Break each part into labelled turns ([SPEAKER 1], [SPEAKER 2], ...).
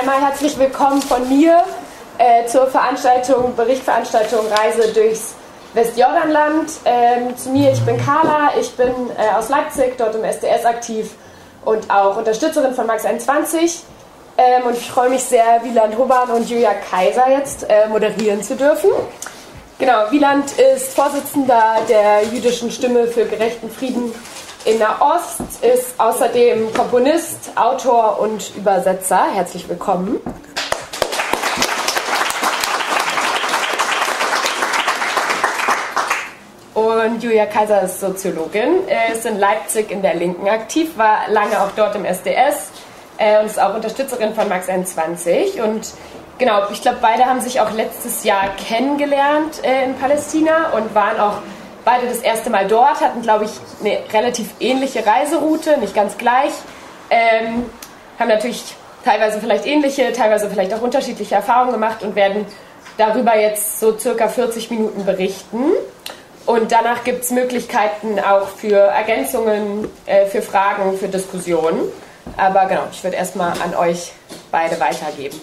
[SPEAKER 1] einmal herzlich willkommen von mir zur Berichtveranstaltung Reise durchs Westjordanland. Zu mir, ich bin Carla, ich bin aus Leipzig, dort im SDS aktiv und auch Unterstützerin von Max 21. Und ich freue mich sehr, Wieland Hoban und Julia Kaiser jetzt moderieren zu dürfen. Genau, Wieland ist Vorsitzender der jüdischen Stimme für gerechten Frieden in Nahost, ist außerdem Komponist, Autor und Übersetzer. Herzlich willkommen. Und Julia Kaiser ist Soziologin, ist in Leipzig in der Linken aktiv, war lange auch dort im SDS und ist auch Unterstützerin von Max 21. Und genau, ich glaube, beide haben sich auch letztes Jahr kennengelernt in Palästina und waren auch beide das erste Mal dort, hatten, glaube ich, eine relativ ähnliche Reiseroute, nicht ganz gleich, haben natürlich teilweise vielleicht ähnliche, teilweise vielleicht auch unterschiedliche Erfahrungen gemacht und werden darüber jetzt so circa 40 Minuten berichten. Und danach gibt es Möglichkeiten auch für Ergänzungen, für Fragen, für Diskussionen. Aber genau, ich würde erstmal an euch beide weitergeben.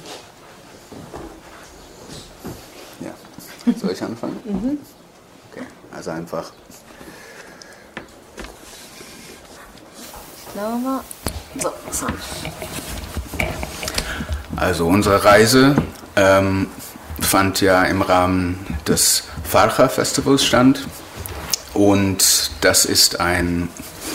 [SPEAKER 2] Ja, soll ich anfangen? Okay, also einfach. So. Also unsere Reise fand ja im Rahmen des Farcha-Festivals statt und das ist ein,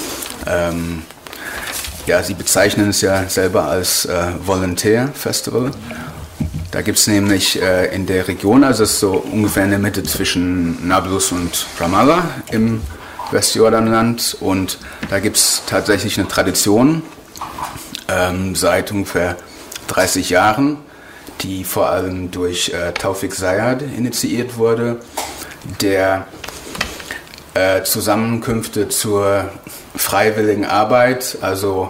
[SPEAKER 2] Sie bezeichnen es ja selber als Volontär-Festival. Da gibt es nämlich in der Region, also es ist so ungefähr in der Mitte zwischen Nablus und Ramallah im Westjordanland und da gibt es tatsächlich eine Tradition seit ungefähr 30 Jahren, die vor allem durch Taufik Zayad initiiert wurde, der Zusammenkünfte zur freiwilligen Arbeit, also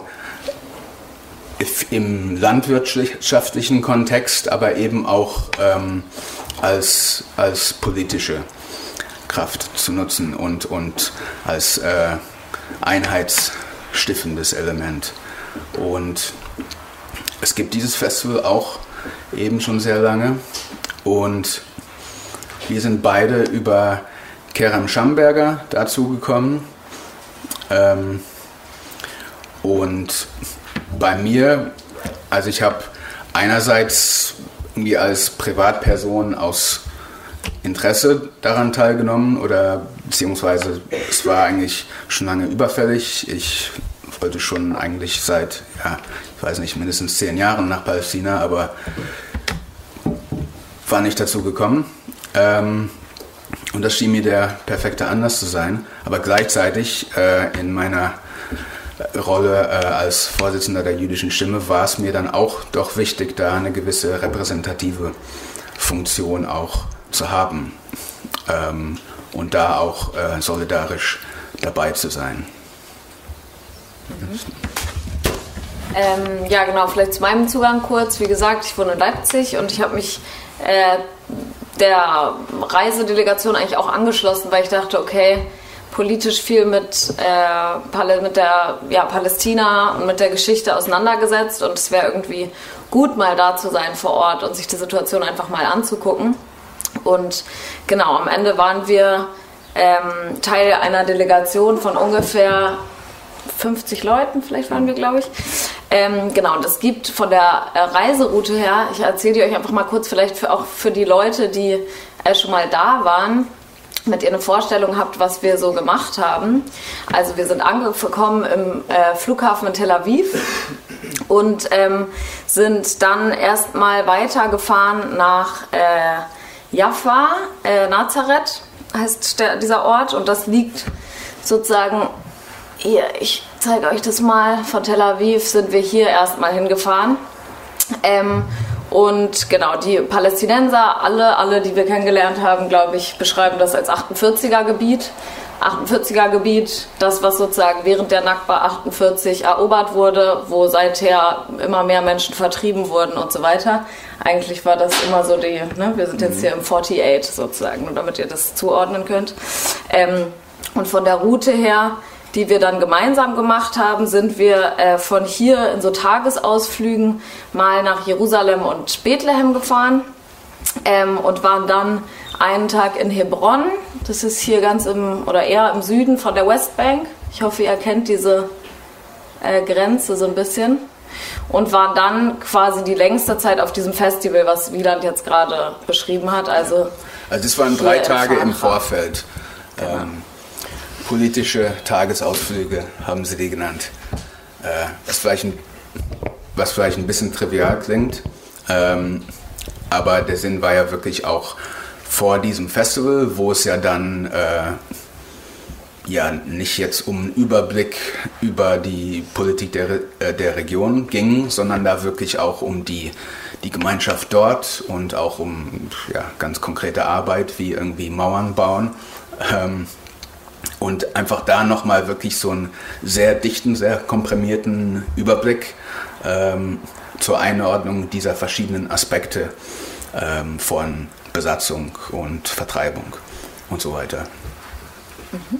[SPEAKER 2] im landwirtschaftlichen Kontext, aber eben auch als politische Kraft zu nutzen und als einheitsstiftendes Element. Und es gibt dieses Festival auch eben schon sehr lange und wir sind beide über Kerem Schamberger dazu gekommen und bei mir, also ich habe einerseits irgendwie als Privatperson aus Interesse daran teilgenommen oder beziehungsweise es war eigentlich schon lange überfällig. Ich wollte schon eigentlich seit, ich weiß nicht, mindestens 10 Jahren nach Palästina, aber war nicht dazu gekommen. Und das schien mir der perfekte Anlass zu sein. Aber gleichzeitig in meiner Rolle als Vorsitzender der jüdischen Stimme war es mir dann auch doch wichtig, da eine gewisse repräsentative Funktion auch zu haben und da auch solidarisch dabei zu sein.
[SPEAKER 3] Ja, genau, vielleicht zu meinem Zugang kurz. Wie gesagt, ich wohne in Leipzig und ich habe mich der Reisedelegation eigentlich auch angeschlossen, weil ich dachte, okay, politisch viel mit der Palästina und mit der Geschichte auseinandergesetzt und es wäre irgendwie gut, mal da zu sein vor Ort und sich die Situation einfach mal anzugucken. Und genau, am Ende waren wir Teil einer Delegation von ungefähr 50 Leuten, vielleicht waren wir, glaube ich. Genau, und es gibt von der Reiseroute her, ich erzähle die euch einfach mal kurz, vielleicht auch für die Leute, die schon mal da waren, damit ihr eine Vorstellung habt, was wir so gemacht haben. Also wir sind angekommen im Flughafen in Tel Aviv und sind dann erstmal weitergefahren nach Jaffa, Nazareth heißt dieser Ort und das liegt sozusagen hier, ich zeige euch das mal, von Tel Aviv sind wir hier erstmal hingefahren und genau, die Palästinenser, alle, die wir kennengelernt haben, glaube ich, beschreiben das als 48er Gebiet. 48er Gebiet, das, was sozusagen während der Nakba 48 erobert wurde, wo seither immer mehr Menschen vertrieben wurden und so weiter. Eigentlich war das immer so wir sind jetzt hier im 48 sozusagen, nur damit ihr das zuordnen könnt. Und von der Route her, die wir dann gemeinsam gemacht haben, sind wir von hier in so Tagesausflügen mal nach Jerusalem und Bethlehem gefahren und waren dann einen Tag in Hebron. Das ist hier ganz eher im Süden von der Westbank. Ich hoffe, ihr erkennt diese Grenze so ein bisschen. Und waren dann quasi die längste Zeit auf diesem Festival, was Wieland jetzt gerade beschrieben hat. Also
[SPEAKER 2] es waren 3 Tage im Vorfeld. Genau. Politische Tagesausflüge haben sie die genannt. Was vielleicht ein bisschen trivial klingt, aber der Sinn war ja wirklich auch vor diesem Festival, wo es ja dann nicht jetzt um einen Überblick über die Politik der Region ging, sondern da wirklich auch um die Gemeinschaft dort und auch um ganz konkrete Arbeit wie irgendwie Mauern bauen. Und einfach da nochmal wirklich so einen sehr dichten, sehr komprimierten Überblick zur Einordnung dieser verschiedenen Aspekte von Besatzung und Vertreibung und so weiter.
[SPEAKER 3] Mhm.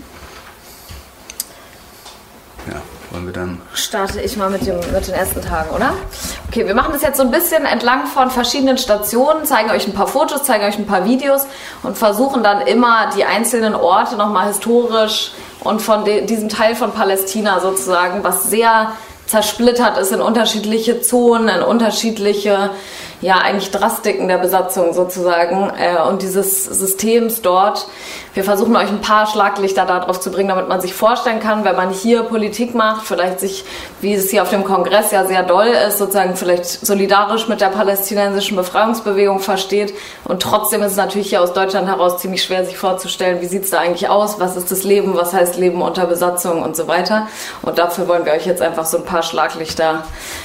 [SPEAKER 2] Ja, wollen wir dann...
[SPEAKER 3] Starte ich mal mit den ersten Tagen, oder? Okay, wir machen das jetzt so ein bisschen entlang von verschiedenen Stationen, zeigen euch ein paar Fotos, zeigen euch ein paar Videos und versuchen dann immer die einzelnen Orte nochmal historisch und von diesem Teil von Palästina sozusagen, was sehr zersplittert ist in unterschiedliche Zonen, in unterschiedliche, eigentlich Drastiken der Besatzung sozusagen und dieses Systems dort. Wir versuchen euch ein paar Schlaglichter darauf zu bringen, damit man sich vorstellen kann, wenn man hier Politik macht, vielleicht sich, wie es hier auf dem Kongress ja sehr doll ist, sozusagen vielleicht solidarisch mit der palästinensischen Befreiungsbewegung versteht und trotzdem ist es natürlich hier aus Deutschland heraus ziemlich schwer, sich vorzustellen, wie sieht es da eigentlich aus, was ist das Leben, was heißt Leben unter Besatzung und so weiter. Und dafür wollen wir euch jetzt einfach so ein paar Schlaglichter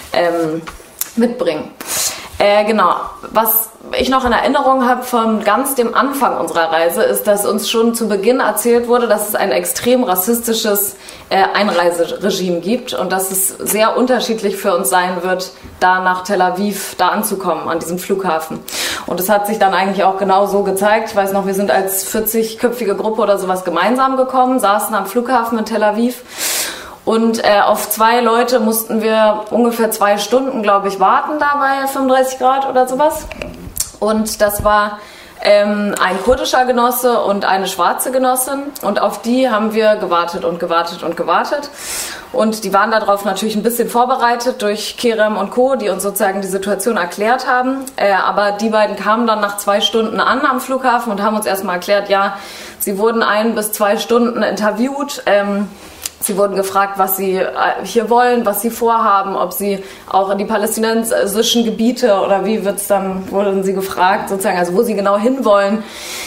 [SPEAKER 3] mitbringen. Genau, was ich noch in Erinnerung habe von ganz dem Anfang unserer Reise, ist, dass uns schon zu Beginn erzählt wurde, dass es ein extrem rassistisches Einreiseregime gibt und dass es sehr unterschiedlich für uns sein wird, da nach Tel Aviv da anzukommen, an diesem Flughafen. Und es hat sich dann eigentlich auch genau so gezeigt. Ich weiß noch, wir sind als 40-köpfige Gruppe oder sowas gemeinsam gekommen, saßen am Flughafen in Tel Aviv. Und auf 2 Leute mussten wir ungefähr 2 Stunden, glaube ich, warten da bei 35 Grad oder sowas. Und das war ein kurdischer Genosse und eine schwarze Genossin. Und auf die haben wir gewartet und gewartet und gewartet. Und die waren darauf natürlich ein bisschen vorbereitet durch Kerem und Co., die uns sozusagen die Situation erklärt haben. Aber die beiden kamen dann nach 2 Stunden an am Flughafen und haben uns erstmal erklärt, ja, sie wurden 1 bis 2 Stunden interviewt. Sie wurden gefragt, was sie hier wollen, was sie vorhaben, ob sie auch in die palästinensischen Gebiete oder wurden sie gefragt, sozusagen, also wo sie genau hinwollen.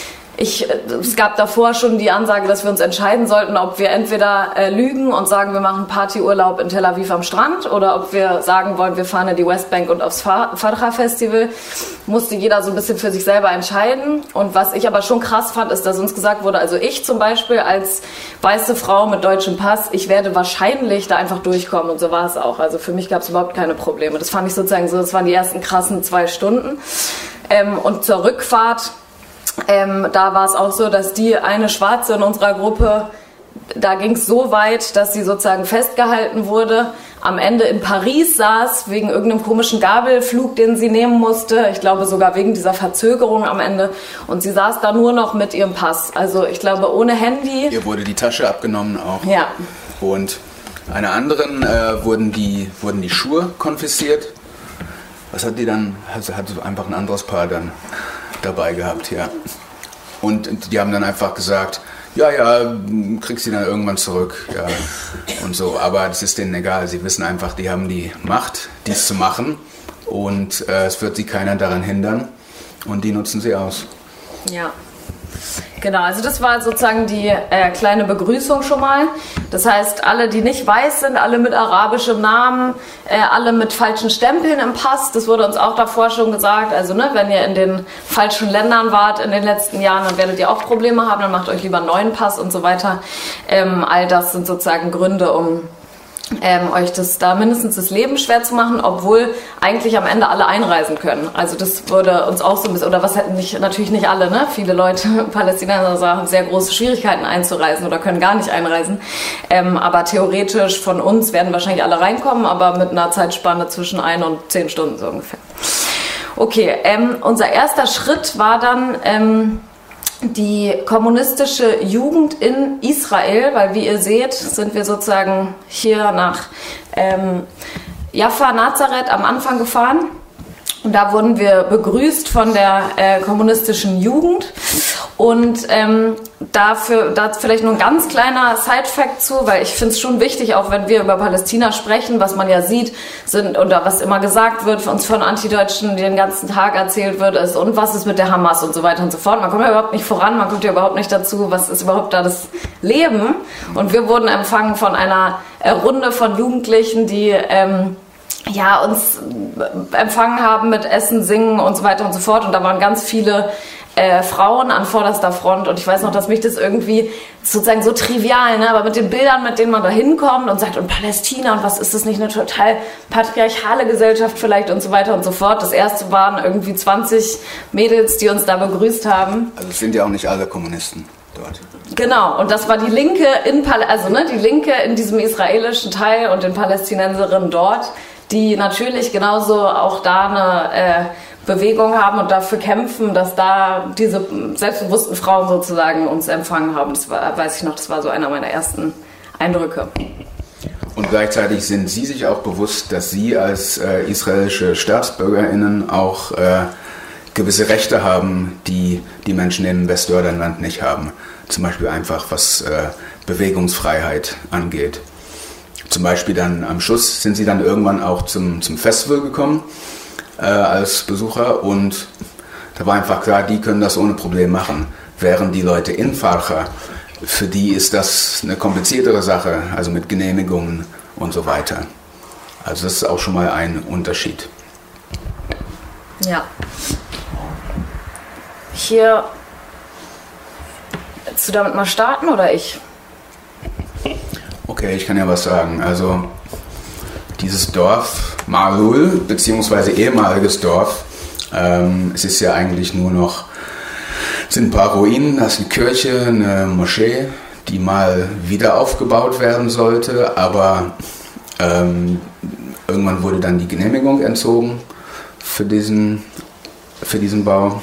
[SPEAKER 3] Es gab davor schon die Ansage, dass wir uns entscheiden sollten, ob wir entweder lügen und sagen, wir machen Partyurlaub in Tel Aviv am Strand oder ob wir sagen wollen, wir fahren in die Westbank und aufs Fadra-Festival. Musste jeder so ein bisschen für sich selber entscheiden. Und was ich aber schon krass fand, ist, dass uns gesagt wurde, also ich zum Beispiel als weiße Frau mit deutschem Pass, ich werde wahrscheinlich da einfach durchkommen und so war es auch. Also für mich gab es überhaupt keine Probleme. Das fand ich sozusagen so, das waren die ersten krassen 2 Stunden. Und zur Rückfahrt, da war es auch so, dass die eine Schwarze in unserer Gruppe, da ging es so weit, dass sie sozusagen festgehalten wurde, am Ende in Paris saß, wegen irgendeinem komischen Gabelflug, den sie nehmen musste. Ich glaube sogar wegen dieser Verzögerung am Ende. Und sie saß da nur noch mit ihrem Pass. Also ich glaube ohne Handy.
[SPEAKER 2] Ihr wurde die Tasche abgenommen auch.
[SPEAKER 3] Ja.
[SPEAKER 2] Und einer anderen wurden die Schuhe konfisziert. Was hat die dann? Also hat sie einfach ein anderes Paar dann dabei gehabt, ja. Und die haben dann einfach gesagt, ja, kriegst sie dann irgendwann zurück, ja, und so. Aber das ist denen egal. Sie wissen einfach, die haben die Macht, dies zu machen und es wird sie keiner daran hindern und die nutzen sie aus.
[SPEAKER 3] Ja. Genau, also das war sozusagen die kleine Begrüßung schon mal. Das heißt, alle, die nicht weiß sind, alle mit arabischem Namen, alle mit falschen Stempeln im Pass, das wurde uns auch davor schon gesagt. Also wenn ihr in den falschen Ländern wart in den letzten Jahren, dann werdet ihr auch Probleme haben, dann macht euch lieber einen neuen Pass und so weiter. All das sind sozusagen Gründe, um euch da mindestens das Leben schwer zu machen, obwohl eigentlich am Ende alle einreisen können. Also das würde uns auch so ein bisschen, oder was hätten natürlich nicht alle, ne? Viele Leute, Palästinenser, haben sehr große Schwierigkeiten einzureisen oder können gar nicht einreisen. Aber theoretisch von uns werden wahrscheinlich alle reinkommen, aber mit einer Zeitspanne zwischen 1 und 10 Stunden so ungefähr. Okay, unser erster Schritt war dann die kommunistische Jugend in Israel, weil wie ihr seht, sind wir sozusagen hier nach Jaffa, Nazareth am Anfang gefahren. Und da wurden wir begrüßt von der kommunistischen Jugend. Und da vielleicht nur ein ganz kleiner Side-Fact zu, weil ich finde es schon wichtig, auch wenn wir über Palästina sprechen, was man ja sieht, oder was immer gesagt wird, uns von Antideutschen, die den ganzen Tag erzählt wird, ist, und was ist mit der Hamas und so weiter und so fort. Man kommt ja überhaupt nicht voran, man kommt ja überhaupt nicht dazu, was ist überhaupt da das Leben. Und wir wurden empfangen von einer Runde von Jugendlichen, die uns empfangen haben mit Essen, Singen und so weiter und so fort. Und da waren ganz viele Frauen an vorderster Front, und ich weiß noch, dass mich das irgendwie sozusagen so trivial, ne, aber mit den Bildern, mit denen man da hinkommt und sagt, und Palästina, und was ist das nicht, eine total patriarchale Gesellschaft vielleicht und so weiter und so fort. Das erste waren irgendwie 20 Mädels, die uns da begrüßt haben.
[SPEAKER 2] Also es sind ja auch nicht alle Kommunisten dort.
[SPEAKER 3] Genau, und das war die Linke die Linke in diesem israelischen Teil und den Palästinenserinnen dort, die natürlich genauso auch da eine Bewegung haben und dafür kämpfen, dass da diese selbstbewussten Frauen sozusagen uns empfangen haben. Das weiß ich noch, das war so einer meiner ersten Eindrücke.
[SPEAKER 2] Und gleichzeitig sind Sie sich auch bewusst, dass Sie als israelische StaatsbürgerInnen auch gewisse Rechte haben, die die Menschen im Westjordanland nicht haben. Zum Beispiel einfach was Bewegungsfreiheit angeht. Zum Beispiel dann am Schluss sind Sie dann irgendwann auch zum Festival gekommen als Besucher, und da war einfach klar, die können das ohne Problem machen. Während die Leute in Farcha, für die ist das eine kompliziertere Sache, also mit Genehmigungen und so weiter. Also das ist auch schon mal ein Unterschied.
[SPEAKER 3] Ja. Hier, willst du damit mal starten oder ich?
[SPEAKER 2] Okay, ich kann ja was sagen. Also dieses Dorf Mahlul, beziehungsweise ehemaliges Dorf, es ist ja eigentlich nur noch, sind ein paar Ruinen, das ist eine Kirche, eine Moschee, die mal wieder aufgebaut werden sollte, aber irgendwann wurde dann die Genehmigung entzogen für diesen Bau.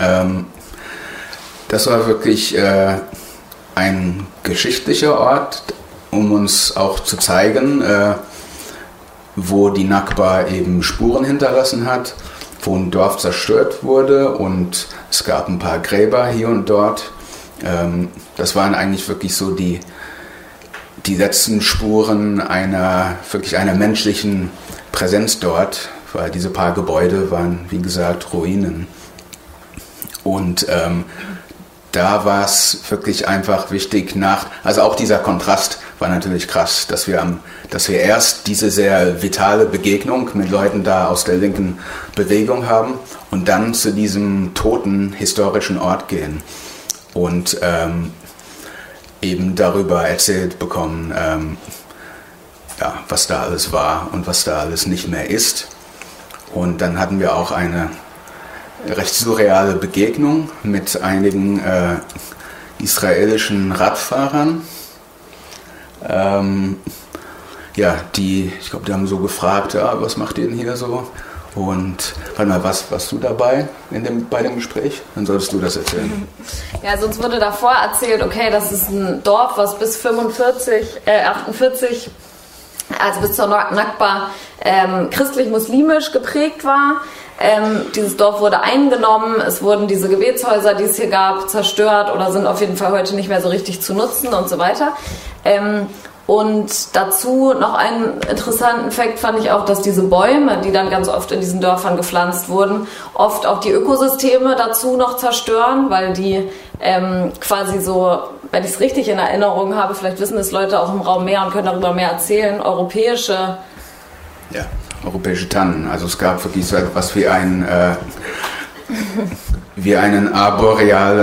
[SPEAKER 2] Das war wirklich ein geschichtlicher Ort, um uns auch zu zeigen, wo die Nakba eben Spuren hinterlassen hat, wo ein Dorf zerstört wurde, und es gab ein paar Gräber hier und dort. Das waren eigentlich wirklich so die letzten Spuren einer menschlichen Präsenz dort, weil diese paar Gebäude waren, wie gesagt, Ruinen. Und da war es wirklich einfach wichtig, also auch dieser Kontrast war natürlich krass, dass wir erst diese sehr vitale Begegnung mit Leuten da aus der linken Bewegung haben und dann zu diesem toten historischen Ort gehen und eben darüber erzählt bekommen, was da alles war und was da alles nicht mehr ist. Und dann hatten wir auch eine recht surreale Begegnung mit einigen israelischen Radfahrern. Ich glaube, die haben so gefragt, was macht ihr denn hier so? Und warte mal, warst du dabei bei dem Gespräch? Dann solltest du das erzählen.
[SPEAKER 3] Ja, sonst wurde davor erzählt, okay, das ist ein Dorf, was bis 48, also bis zur Nakba christlich-muslimisch geprägt war. Dieses Dorf wurde eingenommen, es wurden diese Gebetshäuser, die es hier gab, zerstört oder sind auf jeden Fall heute nicht mehr so richtig zu nutzen und so weiter. Und dazu noch einen interessanten Fakt fand ich auch, dass diese Bäume, die dann ganz oft in diesen Dörfern gepflanzt wurden, oft auch die Ökosysteme dazu noch zerstören, weil die quasi so, wenn ich es richtig in Erinnerung habe, vielleicht wissen es Leute auch im Raum mehr und können darüber mehr erzählen, europäische
[SPEAKER 2] Tannen. Also es gab wirklich so etwas wie einen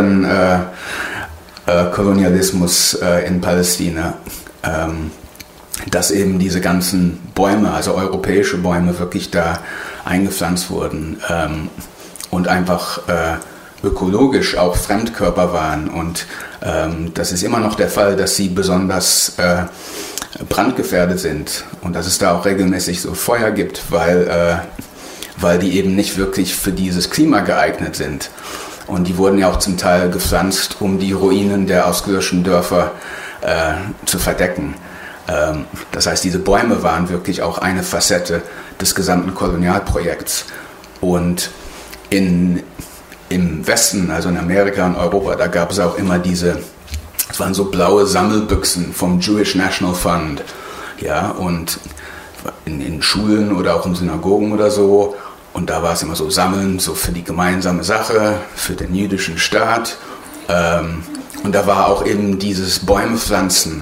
[SPEAKER 2] arborealen Kolonialismus in Palästina. dass eben diese ganzen Bäume, also europäische Bäume, wirklich da eingepflanzt wurden und einfach ökologisch auch Fremdkörper waren. Und das ist immer noch der Fall, dass sie besonders brandgefährdet sind und dass es da auch regelmäßig so Feuer gibt, weil die eben nicht wirklich für dieses Klima geeignet sind. Und die wurden ja auch zum Teil gepflanzt, um die Ruinen der ausgelöschten Dörfer zu verdecken. Das heißt, diese Bäume waren wirklich auch eine Facette des gesamten Kolonialprojekts. Und im Westen, also in Amerika und Europa, da gab es auch immer es waren so blaue Sammelbüchsen vom Jewish National Fund, ja, und in Schulen oder auch in Synagogen oder so. Und da war es immer so Sammeln, so für die gemeinsame Sache, für den jüdischen Staat. Und da war auch eben dieses Bäume pflanzen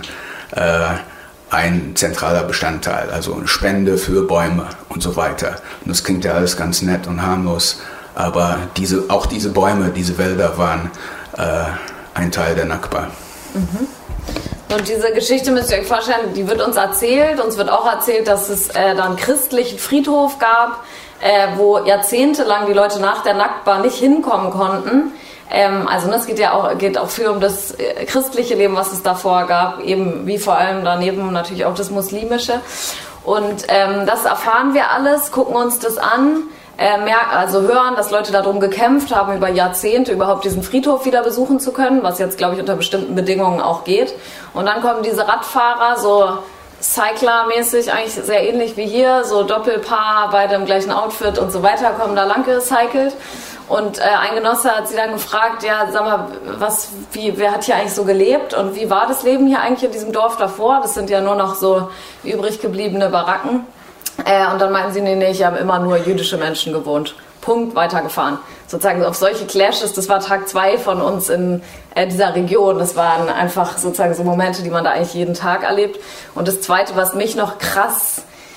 [SPEAKER 2] ein zentraler Bestandteil, also eine Spende für Bäume und so weiter. Und das klingt ja alles ganz nett und harmlos, aber auch diese Bäume, diese Wälder waren ein Teil der Nakba.
[SPEAKER 3] Mhm. Und diese Geschichte müsst ihr euch vorstellen, die wird uns erzählt. Uns wird auch erzählt, dass es da einen christlichen Friedhof gab, wo jahrzehntelang die Leute nach der Nakba nicht hinkommen konnten. Also es geht auch viel um das christliche Leben, was es davor gab, eben wie vor allem daneben natürlich auch das muslimische. Und das erfahren wir alles, gucken uns das an, hören, dass Leute darum gekämpft haben, über Jahrzehnte überhaupt diesen Friedhof wieder besuchen zu können, was jetzt, glaube ich, unter bestimmten Bedingungen auch geht. Und dann kommen diese Radfahrer, so Cycler-mäßig, eigentlich sehr ähnlich wie hier, so Doppelpaar, beide im gleichen Outfit und so weiter, kommen da lang gecycelt. Und ein Genosse hat sie dann gefragt, ja, sag mal, wer hat hier eigentlich so gelebt und wie war das Leben hier eigentlich in diesem Dorf davor? Das sind ja nur noch so übrig gebliebene Baracken. Und dann meinten sie, nee, hier haben immer nur jüdische Menschen gewohnt. Punkt, weitergefahren. Sozusagen auf solche Clashes, das war Tag 2 von uns in dieser Region. Das waren einfach sozusagen so Momente, die man da eigentlich jeden Tag erlebt. Und das Zweite, was mich noch krass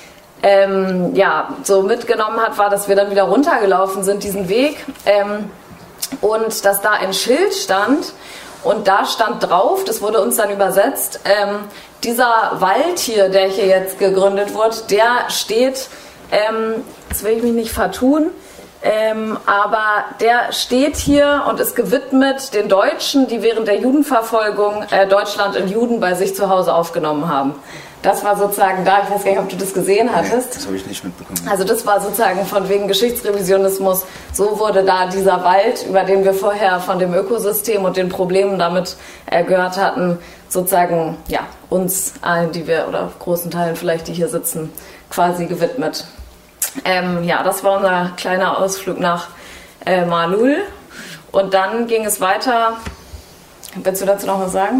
[SPEAKER 3] so mitgenommen hat, war, dass wir dann wieder runtergelaufen sind, diesen Weg, und dass da ein Schild stand und da stand drauf, das wurde uns dann übersetzt, dieser Wald hier, der hier jetzt gegründet wird, der steht, jetzt will ich mich nicht vertun, aber der steht hier und ist gewidmet den Deutschen, die während der Judenverfolgung Deutschland in Juden bei sich zu Hause aufgenommen haben. Das war sozusagen da, ich weiß gar nicht, ob du das gesehen hattest.
[SPEAKER 2] Nee, das habe ich nicht mitbekommen.
[SPEAKER 3] Also das war sozusagen von wegen Geschichtsrevisionismus, so wurde da dieser Wald, über den wir vorher von dem Ökosystem und den Problemen damit gehört hatten, sozusagen uns allen, die wir, oder großen Teilen vielleicht, die hier sitzen, quasi gewidmet. Das war unser kleiner Ausflug nach Malul. Und dann ging es weiter. Willst du dazu noch was sagen?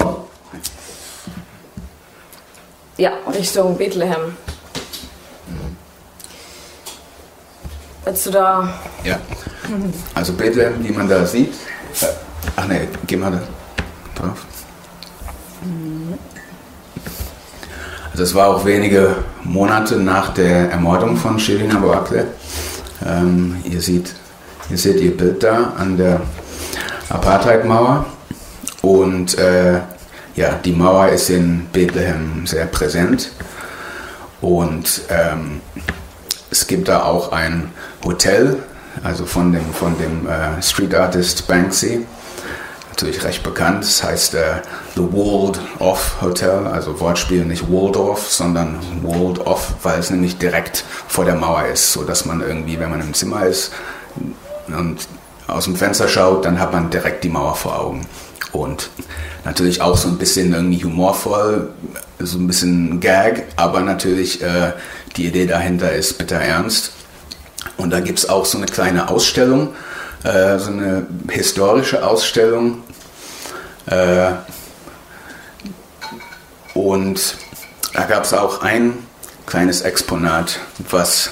[SPEAKER 3] Ja, Richtung Bethlehem. Willst du da...
[SPEAKER 2] Ja, also Bethlehem, wie man da sieht... geh mal da drauf. Also es war auch wenige Monate nach der Ermordung von Shirin Abu Akleh. Ihr seht ihr Bild da an der Apartheid-Mauer. Und die Mauer ist in Bethlehem sehr präsent. Und es gibt da auch ein Hotel, also von dem Street Artist Banksy, natürlich recht bekannt. Das heißt The Walled-Off Hotel, also Wortspiel nicht Waldorf, sondern Walled-Off, weil es nämlich direkt vor der Mauer ist, sodass man irgendwie, wenn man im Zimmer ist und aus dem Fenster schaut, dann hat man direkt die Mauer vor Augen. Und natürlich auch so ein bisschen irgendwie humorvoll, so ein bisschen Gag, aber natürlich die Idee dahinter ist bitter ernst. Und da gibt es auch so eine kleine Ausstellung, so eine historische Ausstellung. Und da gab es auch ein kleines Exponat, was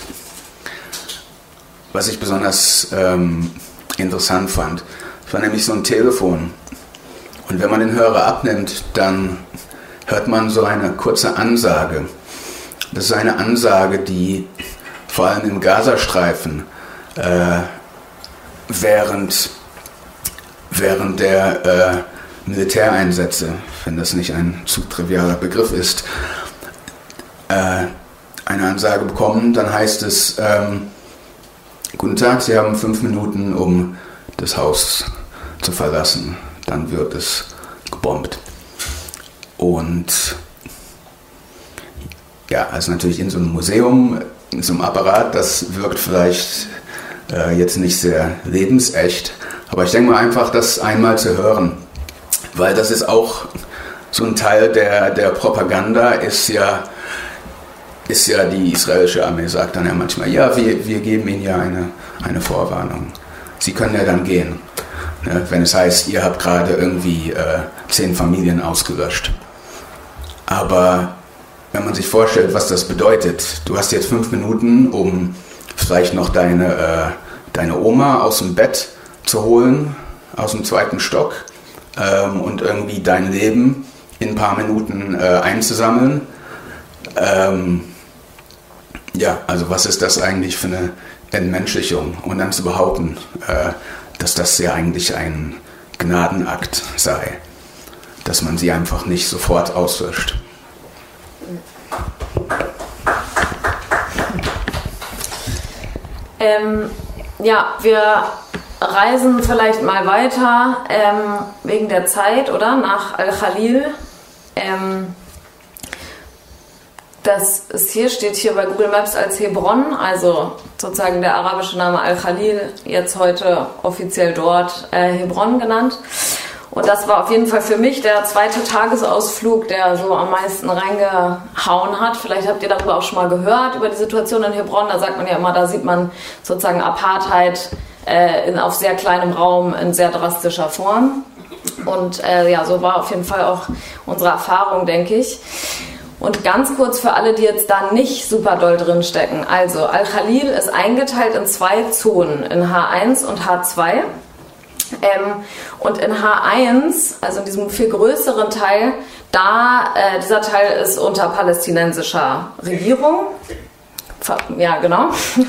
[SPEAKER 2] ich besonders interessant fand. Das war nämlich so ein Telefon. Und wenn man den Hörer abnimmt, dann hört man so eine kurze Ansage. Das ist eine Ansage, die vor allem im Gazastreifen während der Militäreinsätze, wenn das nicht ein zu trivialer Begriff ist, eine Ansage bekommen, dann heißt es, guten Tag, Sie haben 5 Minuten, um das Haus zu verlassen. Dann wird es gebombt. Und ja, also natürlich in so einem Museum, in so einem Apparat, das wirkt vielleicht jetzt nicht sehr lebensecht. Aber ich denke mal einfach, das einmal zu hören, weil das ist auch so ein Teil der Propaganda, ist ja die israelische Armee, sagt dann ja manchmal, ja, wir geben Ihnen ja eine Vorwarnung. Sie können ja dann gehen, ne, wenn es heißt, ihr habt gerade irgendwie 10 Familien ausgelöscht. Aber wenn man sich vorstellt, was das bedeutet, du hast jetzt 5 Minuten, um vielleicht noch deine Oma aus dem Bett zu holen, aus dem 2. Stock, und irgendwie dein Leben in ein paar Minuten einzusammeln. Ja, also was ist das eigentlich für eine Entmenschlichung? Und dann zu behaupten, dass das ja eigentlich ein Gnadenakt sei, dass man sie einfach nicht sofort auslöscht.
[SPEAKER 3] Ja, wir reisen vielleicht mal weiter wegen der Zeit, oder? Nach Al-Khalil. Das ist steht hier bei Google Maps als Hebron, also sozusagen der arabische Name Al-Khalil, jetzt heute offiziell dort Hebron genannt. Und das war auf jeden Fall für mich der 2. Tagesausflug, der so am meisten reingehauen hat. Vielleicht habt ihr darüber auch schon mal gehört, über die Situation in Hebron. Da sagt man ja immer, da sieht man sozusagen Apartheid auf sehr kleinem Raum in sehr drastischer Form. Und ja, so war auf jeden Fall auch unsere Erfahrung, denke ich. Und ganz kurz für alle, die jetzt da nicht super doll drin stecken. Also Al-Khalil ist eingeteilt in 2 Zonen, in H1 und H2. Und in H1, also in diesem viel größeren Teil, dieser Teil ist unter palästinensischer Regierung. Ja, genau.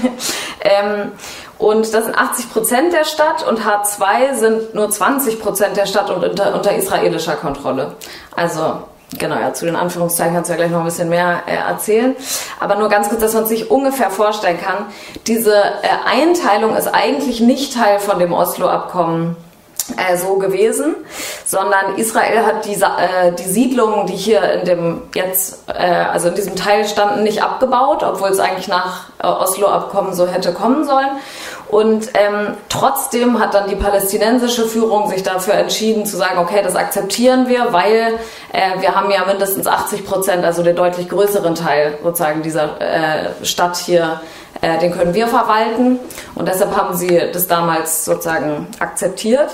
[SPEAKER 3] Und das sind 80% der Stadt und H2 sind nur 20% der Stadt und unter israelischer Kontrolle. Also genau, ja, zu den Anführungszeichen kannst du ja gleich noch ein bisschen mehr erzählen. Aber nur ganz kurz, dass man sich ungefähr vorstellen kann. Diese Einteilung ist eigentlich nicht Teil von dem Oslo-Abkommen so gewesen, sondern Israel hat die Siedlungen, die hier in dem also in diesem Teil standen, nicht abgebaut, obwohl es eigentlich nach Oslo-Abkommen so hätte kommen sollen. Und trotzdem hat dann die palästinensische Führung sich dafür entschieden zu sagen, okay, das akzeptieren wir, weil wir haben ja mindestens 80%, also den deutlich größeren Teil sozusagen dieser Stadt hier, den können wir verwalten. Und deshalb haben sie das damals sozusagen akzeptiert.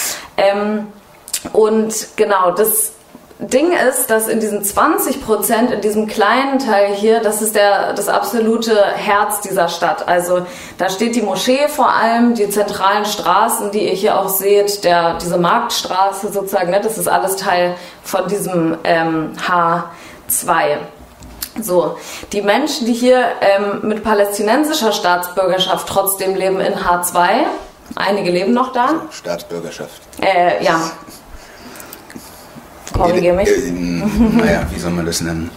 [SPEAKER 3] Und genau, das Ding ist, dass in diesen 20%, in diesem kleinen Teil hier, das ist das absolute Herz dieser Stadt. Also da steht die Moschee vor allem, die zentralen Straßen, die ihr hier auch seht, diese Marktstraße sozusagen, ne, das ist alles Teil von diesem H2. So, die Menschen, die hier mit palästinensischer Staatsbürgerschaft trotzdem leben in H2, einige leben noch da.
[SPEAKER 2] Staatsbürgerschaft.
[SPEAKER 3] Ja. Korrigiere mich.
[SPEAKER 2] Naja, wie soll man das nennen?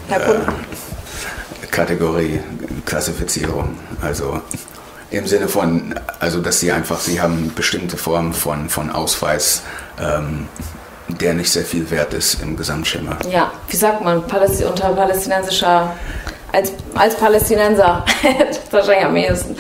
[SPEAKER 2] Kategorie, Klassifizierung. Also im Sinne von, also dass sie haben bestimmte Formen von Ausweis, der nicht sehr viel wert ist im Gesamtschema.
[SPEAKER 3] Ja, wie sagt man, unter palästinensischer, als Palästinenser, wahrscheinlich am ehesten.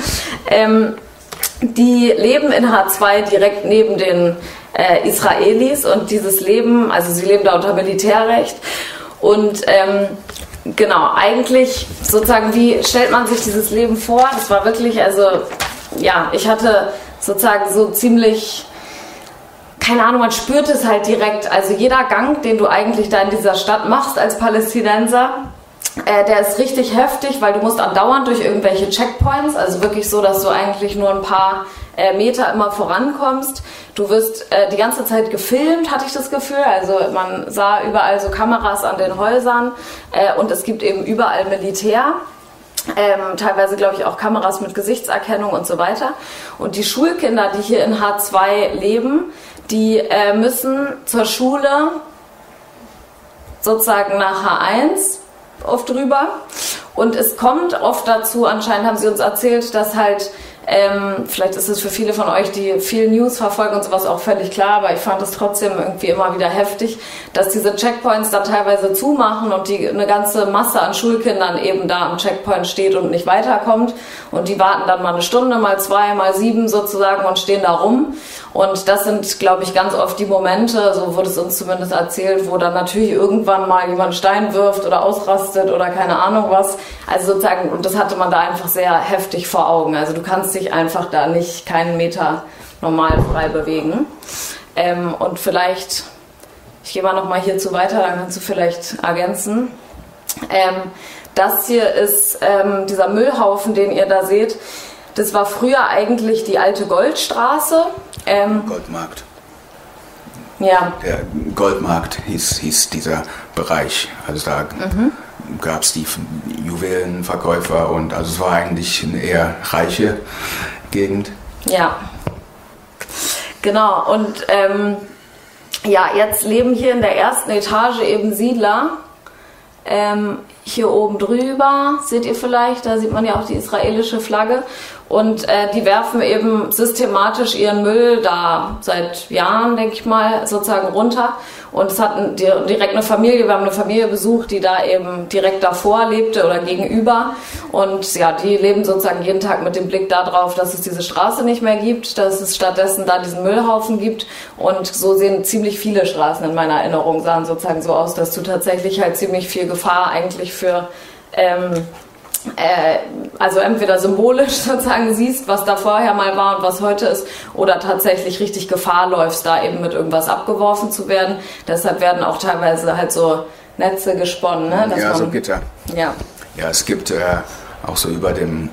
[SPEAKER 3] Die leben in H2 direkt neben den Israelis und dieses Leben, also sie leben da unter Militärrecht und genau, eigentlich sozusagen, wie stellt man sich dieses Leben vor? Das war wirklich, also ja, ich hatte sozusagen so ziemlich, keine Ahnung, man spürt es halt direkt, also jeder Gang, den du eigentlich da in dieser Stadt machst als Palästinenser, der ist richtig heftig, weil du musst andauernd durch irgendwelche Checkpoints, also wirklich so, dass du eigentlich nur ein paar Meter immer vorankommst. Du wirst die ganze Zeit gefilmt, hatte ich das Gefühl. Also man sah überall so Kameras an den Häusern und es gibt eben überall Militär. Teilweise, glaube ich, auch Kameras mit Gesichtserkennung und so weiter. Und die Schulkinder, die hier in H2 leben, die müssen zur Schule sozusagen nach H1 oft drüber. Und es kommt oft dazu, anscheinend haben sie uns erzählt, dass halt, vielleicht ist es für viele von euch, die viel News verfolgen und sowas, auch völlig klar, aber ich fand es trotzdem irgendwie immer wieder heftig, dass diese Checkpoints da teilweise zumachen und eine ganze Masse an Schulkindern eben da am Checkpoint steht und nicht weiterkommt. Und die warten dann mal eine Stunde, mal 2, mal 7 sozusagen und stehen da rum. Und das sind, glaube ich, ganz oft die Momente, so wurde es uns zumindest erzählt, wo dann natürlich irgendwann mal jemand einen Stein wirft oder ausrastet oder keine Ahnung was. Also sozusagen, und das hatte man da einfach sehr heftig vor Augen. Also du kannst dich einfach da nicht keinen Meter normal frei bewegen. Und vielleicht, ich gehe mal nochmal hierzu weiter, dann kannst du vielleicht ergänzen. Das hier ist dieser Müllhaufen, den ihr da seht. Das war früher eigentlich die alte Goldstraße.
[SPEAKER 2] Goldmarkt.
[SPEAKER 3] Ja.
[SPEAKER 2] Der Goldmarkt hieß dieser Bereich. Also da gab es die Juwelenverkäufer und also es war eigentlich eine eher reiche Gegend.
[SPEAKER 3] Ja. Genau. Und ja, jetzt leben hier in der ersten Etage eben Siedler. Hier oben drüber, seht ihr vielleicht, da sieht man ja auch die israelische Flagge. Und die werfen eben systematisch ihren Müll da seit Jahren, denke ich mal, sozusagen runter. Und es hat direkt eine Familie, wir haben eine Familie besucht, die da eben direkt davor lebte oder gegenüber. Und ja, die leben sozusagen jeden Tag mit dem Blick darauf, dass es diese Straße nicht mehr gibt, dass es stattdessen da diesen Müllhaufen gibt. Und so sehen ziemlich viele Straßen in meiner Erinnerung, sahen sozusagen so aus, dass du tatsächlich halt ziemlich viel Gefahr eigentlich für also entweder symbolisch sozusagen siehst, was da vorher mal war und was heute ist, oder tatsächlich richtig Gefahr läufst, da eben mit irgendwas abgeworfen zu werden. Deshalb werden auch teilweise halt so Netze gesponnen. Ne?
[SPEAKER 2] Ja, so Gitter.
[SPEAKER 3] Ja.
[SPEAKER 2] Ja, es gibt auch so über dem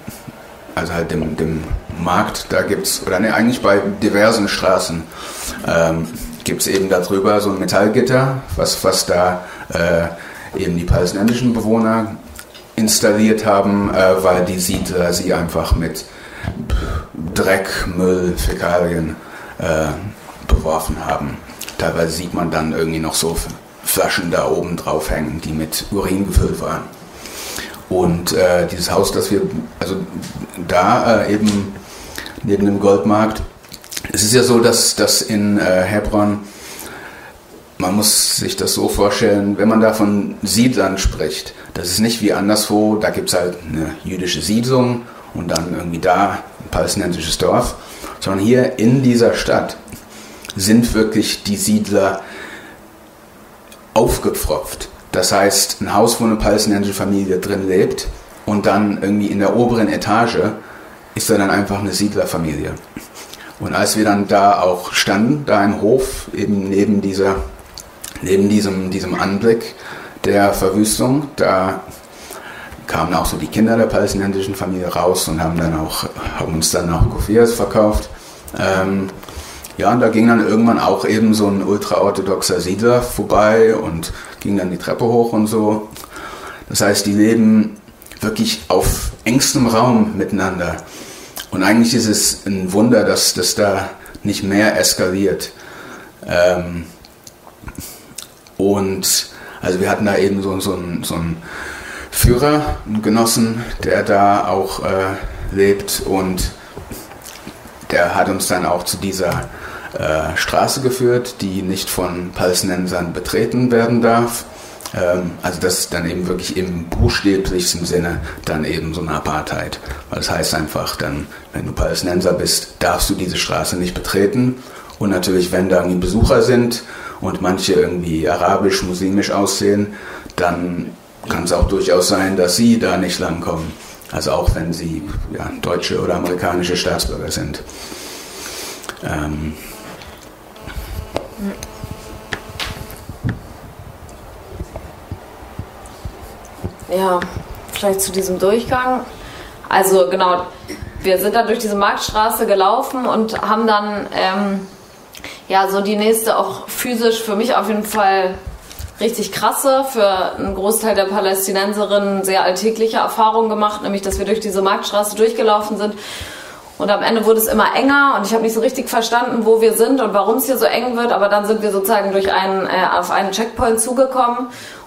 [SPEAKER 2] Markt, da gibt's, oder ne, eigentlich bei diversen Straßen gibt's eben darüber so ein Metallgitter, was da eben die palästinensischen Bewohner installiert haben, weil die Siedler sie einfach mit Dreck, Müll, Fäkalien beworfen haben. Teilweise sieht man dann irgendwie noch so Flaschen da oben drauf hängen, die mit Urin gefüllt waren. Und dieses Haus, das wir, also da eben neben dem Goldmarkt, es ist ja so, dass in Hebron, man muss sich das so vorstellen, wenn man da von Siedlern spricht, das ist nicht wie anderswo, da gibt es halt eine jüdische Siedlung und dann irgendwie da ein palästinensisches Dorf, sondern hier in dieser Stadt sind wirklich die Siedler aufgepfropft. Das heißt, ein Haus, wo eine palästinensische Familie drin lebt und dann irgendwie in der oberen Etage ist da dann einfach eine Siedlerfamilie. Und als wir dann da auch standen, da im Hof, eben neben diesem Anblick der Verwüstung, da kamen auch so die Kinder der palästinensischen Familie raus und haben uns dann auch Kufirs verkauft. Ja, und da ging dann irgendwann auch eben so ein ultraorthodoxer Siedler vorbei und ging dann die Treppe hoch und so. Das heißt, die leben wirklich auf engstem Raum miteinander. Und eigentlich ist es ein Wunder, dass das da nicht mehr eskaliert. Und also wir hatten da eben so einen Führer, einen Genossen, der da auch lebt, und der hat uns dann auch zu dieser Straße geführt, die nicht von Palästinensern betreten werden darf. Also das ist dann eben wirklich im buchstäblichsten Sinne dann eben so eine Apartheid. Weil das heißt einfach dann, wenn du Palästinenser bist, darfst du diese Straße nicht betreten. Und natürlich, wenn da irgendwie Besucher sind und manche irgendwie arabisch, muslimisch aussehen, dann kann es auch durchaus sein, dass sie da nicht langkommen. Also auch wenn sie deutsche oder amerikanische Staatsbürger sind.
[SPEAKER 3] Ja, vielleicht zu diesem Durchgang. Also genau, wir sind dann durch diese Marktstraße gelaufen und haben dann so die nächste, auch physisch für mich auf jeden Fall richtig krasse, für einen Großteil der Palästinenserinnen sehr alltägliche Erfahrung gemacht, nämlich dass wir durch diese Marktstraße durchgelaufen sind. Und am Ende wurde es immer enger und ich habe nicht so richtig verstanden, wo wir sind und warum es hier so eng wird, aber dann sind wir sozusagen auf einen Checkpoint zugekommen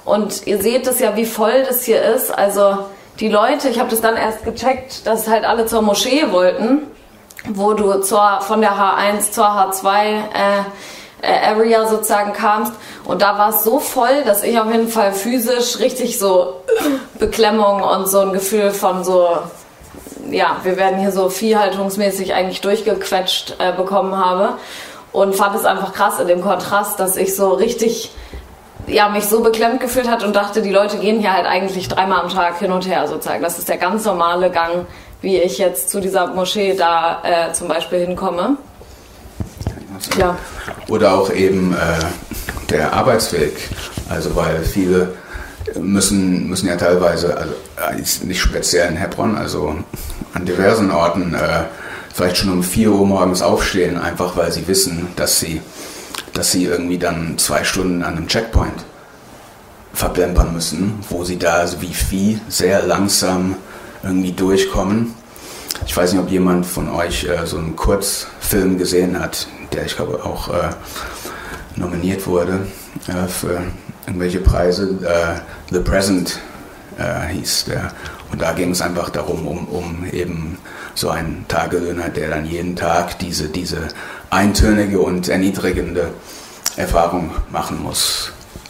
[SPEAKER 3] Und ihr seht es ja, wie voll das hier ist. Also die Leute, ich habe das dann erst gecheckt, dass halt alle zur Moschee wollten, wo du von der H1 zur H2 Area sozusagen kamst. Und da war es so voll, dass ich auf jeden Fall physisch richtig so Beklemmung und so ein Gefühl von so, ja, wir werden hier so viehhaltungsmäßig eigentlich durchgequetscht bekommen habe. Und fand es einfach krass in dem Kontrast, dass ich so richtig, ja, mich so beklemmt gefühlt hat und dachte, die Leute gehen hier halt eigentlich 3-mal am Tag hin und her sozusagen. Das ist der ganz normale Gang, wie ich jetzt zu dieser Moschee da zum Beispiel hinkomme. Ja.
[SPEAKER 2] Oder auch eben der Arbeitsweg. Also weil viele müssen ja teilweise, also nicht speziell in Hebron, also an diversen Orten vielleicht schon um 4 Uhr morgens aufstehen, einfach weil sie wissen, dass sie irgendwie dann 2 Stunden an einem Checkpoint verplempern müssen, wo sie da so wie Vieh sehr langsam irgendwie durchkommen. Ich weiß nicht, ob jemand von euch so einen Kurzfilm gesehen hat, der ich glaube auch nominiert wurde für irgendwelche Preise. The Present hieß der. Und da ging es einfach darum, um eben so einen Tagelöhner, der dann jeden Tag diese eintönige und erniedrigende Erfahrung machen muss.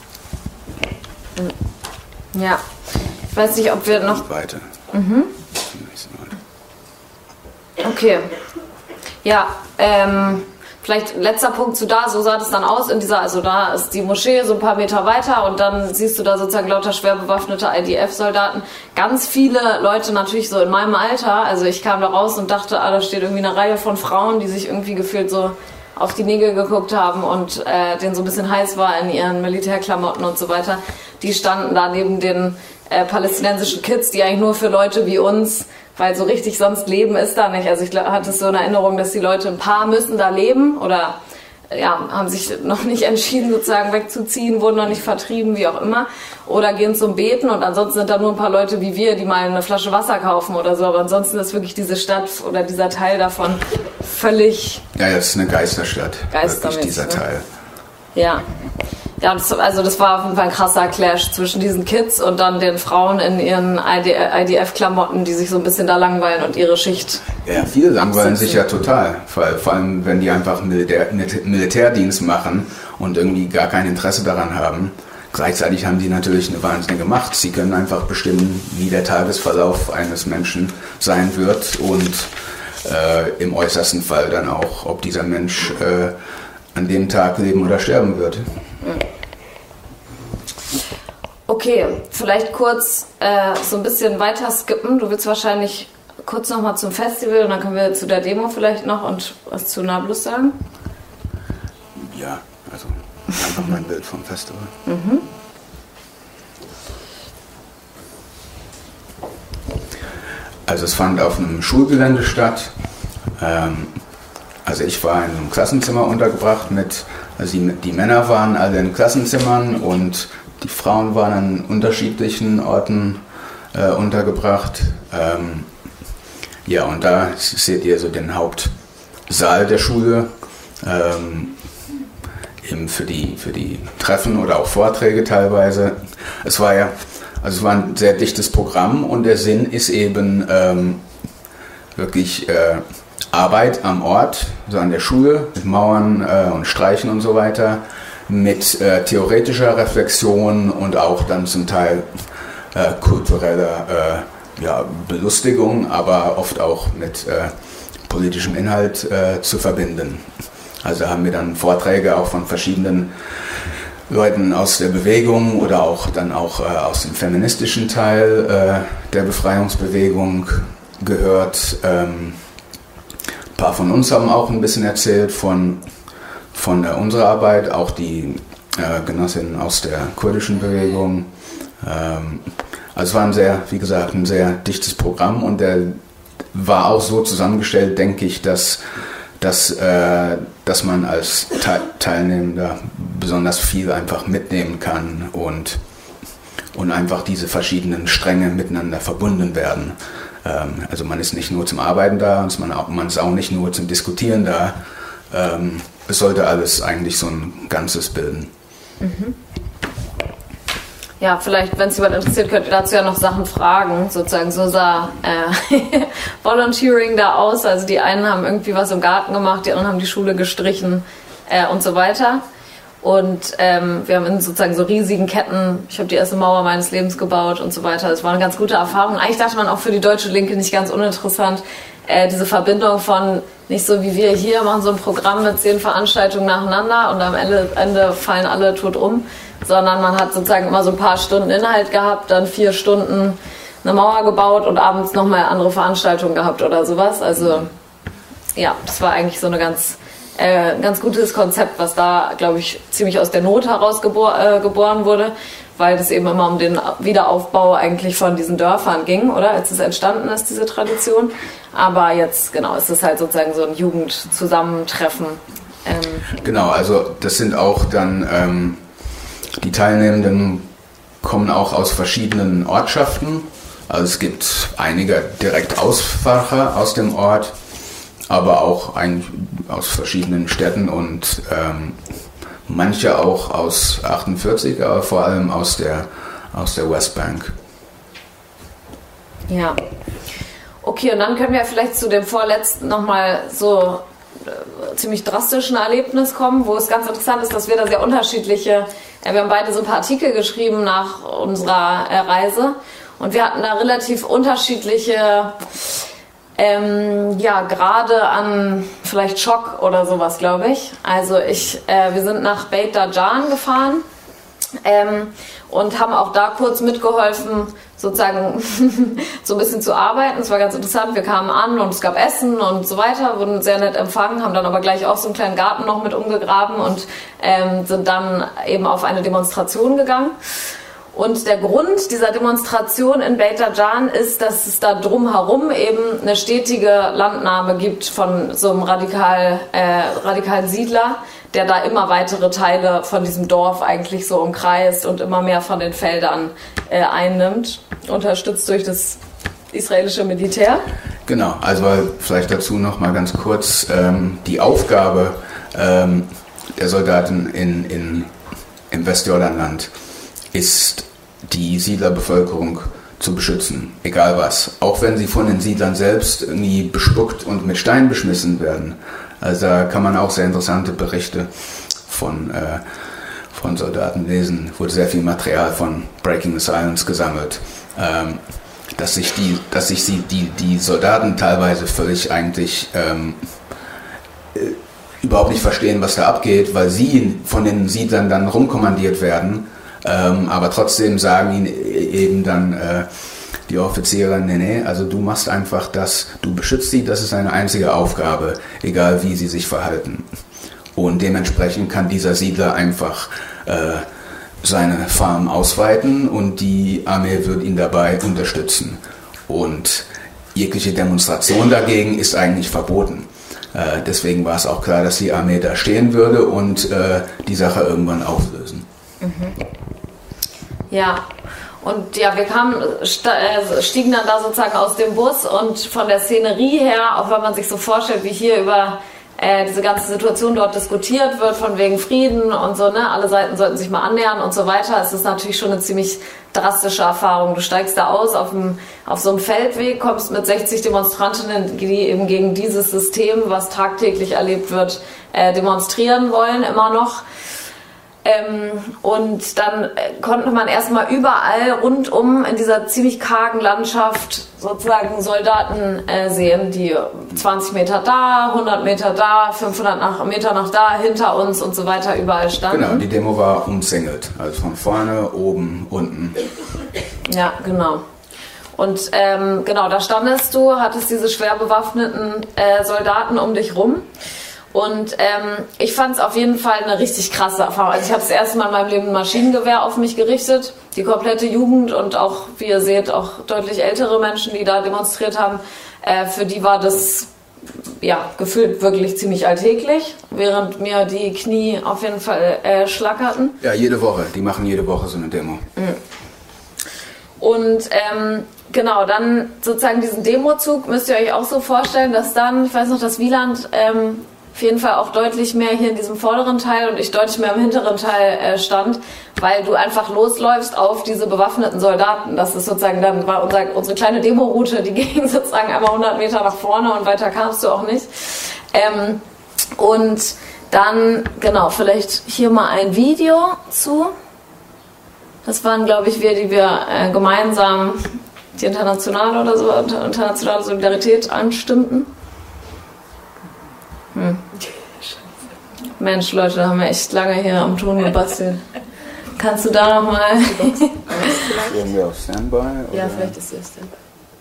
[SPEAKER 3] Ja, ich weiß nicht, ob wir noch...
[SPEAKER 2] Weiter.
[SPEAKER 3] Okay. Ja, vielleicht letzter Punkt zu da, so sah das dann aus in dieser, also da ist die Moschee so ein paar Meter weiter und dann siehst du da sozusagen lauter schwer bewaffnete IDF-Soldaten. Ganz viele Leute natürlich so in meinem Alter, also ich kam da raus und dachte, da steht irgendwie eine Reihe von Frauen, die sich irgendwie gefühlt so auf die Nägel geguckt haben und denen so ein bisschen heiß war in ihren Militärklamotten und so weiter. Die standen da neben den palästinensischen Kids, die eigentlich nur für Leute wie uns, weil so richtig sonst Leben ist da nicht. Also ich hatte so eine Erinnerung, dass die Leute, ein paar müssen da leben oder ja, haben sich noch nicht entschieden, sozusagen wegzuziehen, wurden noch nicht vertrieben, wie auch immer. Oder gehen zum Beten und ansonsten sind da nur ein paar Leute wie wir, die mal eine Flasche Wasser kaufen oder so. Aber ansonsten ist wirklich diese Stadt oder dieser Teil davon völlig...
[SPEAKER 2] Ja, das ist eine Geisterstadt, wirklich dieser Teil.
[SPEAKER 3] Ja. Ja, das war auf jeden Fall ein krasser Clash zwischen diesen Kids und dann den Frauen in ihren IDF-Klamotten, die sich so ein bisschen da langweilen und ihre Schicht.
[SPEAKER 2] Ja, viele langweilen sich ja total. Vor allem, wenn die einfach Militärdienst machen und irgendwie gar kein Interesse daran haben. Gleichzeitig haben die natürlich eine wahnsinnige Macht. Sie können einfach bestimmen, wie der Tagesverlauf eines Menschen sein wird und im äußersten Fall dann auch, ob dieser Mensch an dem Tag leben oder sterben wird.
[SPEAKER 3] Okay, vielleicht kurz so ein bisschen weiter skippen. Du willst wahrscheinlich kurz nochmal zum Festival und dann können wir zu der Demo vielleicht noch und was zu Nablus sagen.
[SPEAKER 2] Ja, also einfach mein Bild vom Festival. Also es fand auf einem Schulgelände statt. Also ich war in einem Klassenzimmer untergebracht also die Männer waren alle in Klassenzimmern und die Frauen waren an unterschiedlichen Orten untergebracht. Ja, und da seht ihr so den Hauptsaal der Schule, eben für die Treffen oder auch Vorträge teilweise. Es war ein sehr dichtes Programm und der Sinn ist eben wirklich Arbeit am Ort, so an der Schule, mit Mauern und Streichen und so weiter, mit theoretischer Reflexion und auch dann zum Teil kultureller Belustigung, aber oft auch mit politischem Inhalt zu verbinden. Also haben wir dann Vorträge auch von verschiedenen Leuten aus der Bewegung oder auch dann auch aus dem feministischen Teil der Befreiungsbewegung gehört. Ein paar von uns haben auch ein bisschen erzählt von unserer Arbeit, auch die Genossinnen aus der kurdischen Bewegung. Also es war ein sehr dichtes Programm und der war auch so zusammengestellt, denke ich, dass man als Teilnehmender besonders viel einfach mitnehmen kann und einfach diese verschiedenen Stränge miteinander verbunden werden. Also man ist nicht nur zum Arbeiten da, und man ist auch nicht nur zum Diskutieren da. Es sollte alles eigentlich so ein Ganzes bilden.
[SPEAKER 3] Ja, vielleicht, wenn es jemand interessiert, könnt ihr dazu ja noch Sachen fragen. Sozusagen, so sah Volunteering da aus. Also die einen haben irgendwie was im Garten gemacht, die anderen haben die Schule gestrichen und so weiter. Und wir haben in sozusagen so riesigen Ketten, ich habe die erste Mauer meines Lebens gebaut und so weiter. Das war eine ganz gute Erfahrung. Eigentlich dachte man auch für die Deutsche Linke nicht ganz uninteressant, diese Verbindung von nicht so wie wir hier machen so ein Programm mit 10 Veranstaltungen nacheinander und am Ende fallen alle tot um, sondern man hat sozusagen immer so ein paar Stunden Inhalt gehabt, dann 4 Stunden eine Mauer gebaut und abends nochmal andere Veranstaltungen gehabt oder sowas. Also ja, das war eigentlich so eine ganz gutes Konzept, was da, glaube ich, ziemlich aus der Not heraus geboren wurde, weil es eben immer um den Wiederaufbau eigentlich von diesen Dörfern ging, oder? Als es entstanden ist, diese Tradition. Aber jetzt, genau, ist es halt sozusagen so ein Jugendzusammentreffen.
[SPEAKER 2] Genau, also das sind auch dann, die Teilnehmenden kommen auch aus verschiedenen Ortschaften. Also es gibt einige direkt Ausfacher aus dem Ort, aber auch aus verschiedenen Städten und manche auch aus 48, aber vor allem aus der Westbank.
[SPEAKER 3] Ja. Okay, und dann können wir vielleicht zu dem vorletzten nochmal so ziemlich drastischen Erlebnis kommen, wo es ganz interessant ist, dass wir da sehr unterschiedliche, wir haben beide so ein paar Artikel geschrieben nach unserer Reise und wir hatten da relativ unterschiedliche Grade an vielleicht Schock oder sowas, glaube ich. Also wir sind nach Beit Dajan gefahren und haben auch da kurz mitgeholfen, sozusagen so ein bisschen zu arbeiten. Es war ganz interessant. Wir kamen an und es gab Essen und so weiter, wurden sehr nett empfangen, haben dann aber gleich auch so einen kleinen Garten noch mit umgegraben und sind dann eben auf eine Demonstration gegangen. Und der Grund dieser Demonstration in Beit Dajan ist, dass es da drumherum eben eine stetige Landnahme gibt von so einem radikalen Siedler, der da immer weitere Teile von diesem Dorf eigentlich so umkreist und immer mehr von den Feldern einnimmt, unterstützt durch das israelische Militär.
[SPEAKER 2] Genau, also vielleicht dazu noch mal ganz kurz die Aufgabe der Soldaten im Westjordanland ist, die Siedlerbevölkerung zu beschützen, egal was. Auch wenn sie von den Siedlern selbst irgendwie bespuckt und mit Steinen beschmissen werden. Also da kann man auch sehr interessante Berichte von Soldaten lesen. Wurde sehr viel Material von Breaking the Silence gesammelt. Dass sich die Soldaten teilweise völlig eigentlich überhaupt nicht verstehen, was da abgeht, weil sie von den Siedlern dann rumkommandiert werden. Aber trotzdem sagen ihnen eben dann die Offiziere, nee, also du machst einfach das, du beschützt sie, das ist eine einzige Aufgabe, egal wie sie sich verhalten. Und dementsprechend kann dieser Siedler einfach seine Farm ausweiten und die Armee wird ihn dabei unterstützen. Und jegliche Demonstration dagegen ist eigentlich verboten. Deswegen war es auch klar, dass die Armee da stehen würde und die Sache irgendwann auflösen.
[SPEAKER 3] Mhm. Ja, und ja, wir stiegen dann da sozusagen aus dem Bus und von der Szenerie her, auch wenn man sich so vorstellt, wie hier über diese ganze Situation dort diskutiert wird, von wegen Frieden und so, ne, alle Seiten sollten sich mal annähern und so weiter, es ist natürlich schon eine ziemlich drastische Erfahrung. Du steigst da aus auf so einem Feldweg, kommst mit 60 Demonstrantinnen, die eben gegen dieses System, was tagtäglich erlebt wird, demonstrieren wollen, immer noch. Und dann konnte man erstmal überall rundum in dieser ziemlich kargen Landschaft sozusagen Soldaten sehen, die 20 Meter da, 100 Meter da, 500 Meter nach da, hinter uns und so weiter überall standen.
[SPEAKER 2] Genau, die Demo war umzingelt, also von vorne, oben, unten.
[SPEAKER 3] Ja, genau. Und genau, da standest du, hattest diese schwer bewaffneten Soldaten um dich rum. Und ich fand es auf jeden Fall eine richtig krasse Erfahrung. Also ich habe das erste Mal in meinem Leben ein Maschinengewehr auf mich gerichtet. Die komplette Jugend und auch, wie ihr seht, auch deutlich ältere Menschen, die da demonstriert haben, für die war das ja gefühlt wirklich ziemlich alltäglich, während mir die Knie auf jeden Fall schlackerten.
[SPEAKER 2] Ja, jede Woche. Die machen jede Woche so eine Demo.
[SPEAKER 3] Mhm. Und genau, dann sozusagen diesen Demozug müsst ihr euch auch so vorstellen, dass dann, ich weiß noch, dass Wieland auf jeden Fall auch deutlich mehr hier in diesem vorderen Teil und ich deutlich mehr im hinteren Teil stand, weil du einfach losläufst auf diese bewaffneten Soldaten. Das ist sozusagen, dann war unsere kleine Demo-Route, die ging sozusagen einmal 100 Meter nach vorne und weiter kamst du auch nicht. Und dann, genau, vielleicht hier mal ein Video zu. Das waren, glaube ich, die wir gemeinsam die internationale oder so, internationale Solidarität anstimmten. Mensch, Leute, da haben wir echt lange hier am Ton gebastelt. Kannst du da nochmal...
[SPEAKER 2] Gehen wir auf Standby? Oder?
[SPEAKER 1] Ja, vielleicht ist es Standby.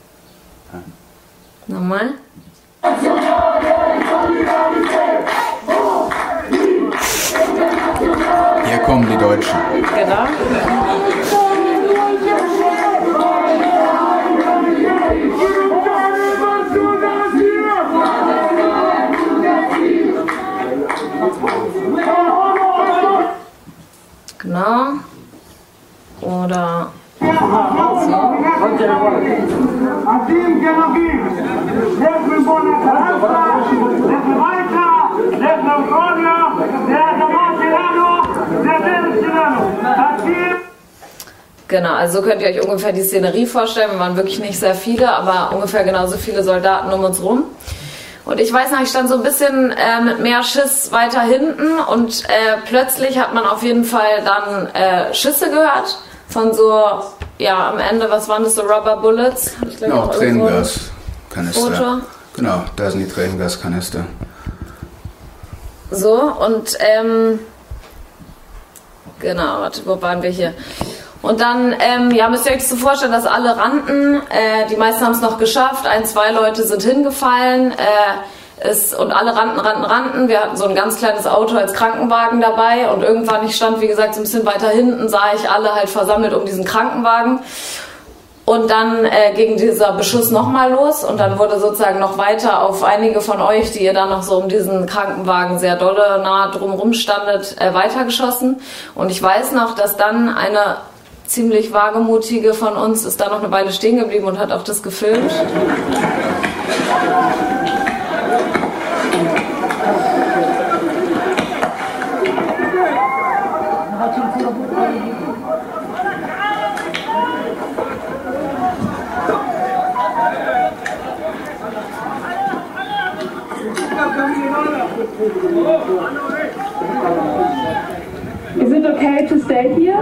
[SPEAKER 3] Nochmal?
[SPEAKER 2] Hier kommen die Deutschen.
[SPEAKER 3] Genau. Genau. Oder so. Genau, also so könnt ihr euch ungefähr die Szenerie vorstellen. Wir waren wirklich nicht sehr viele, aber ungefähr genauso viele Soldaten um uns rum. Und ich weiß noch, ich stand so ein bisschen mit mehr Schiss weiter hinten und plötzlich hat man auf jeden Fall dann Schüsse gehört von so, ja, am Ende, was waren das, so Rubber Bullets?
[SPEAKER 2] Genau, Tränengaskanister.
[SPEAKER 3] Foto.
[SPEAKER 2] Genau, da sind die Tränengaskanister.
[SPEAKER 3] So, und genau, warte, wo waren wir hier? Und dann, ja, müsst ihr euch das so vorstellen, dass alle rannten, die meisten haben es noch geschafft, 1, 2 Leute sind hingefallen, und alle rannten. Wir hatten so ein ganz kleines Auto als Krankenwagen dabei und irgendwann, ich stand, wie gesagt, so ein bisschen weiter hinten, sah ich alle halt versammelt um diesen Krankenwagen. Und dann ging dieser Beschuss nochmal los und dann wurde sozusagen noch weiter auf einige von euch, die ihr dann noch so um diesen Krankenwagen sehr dolle nah drumherum standet, weitergeschossen. Und ich weiß noch, dass dann eine ziemlich wagemutige von uns ist da noch eine Weile stehen geblieben und hat auch das gefilmt.
[SPEAKER 4] Is it okay to stay here?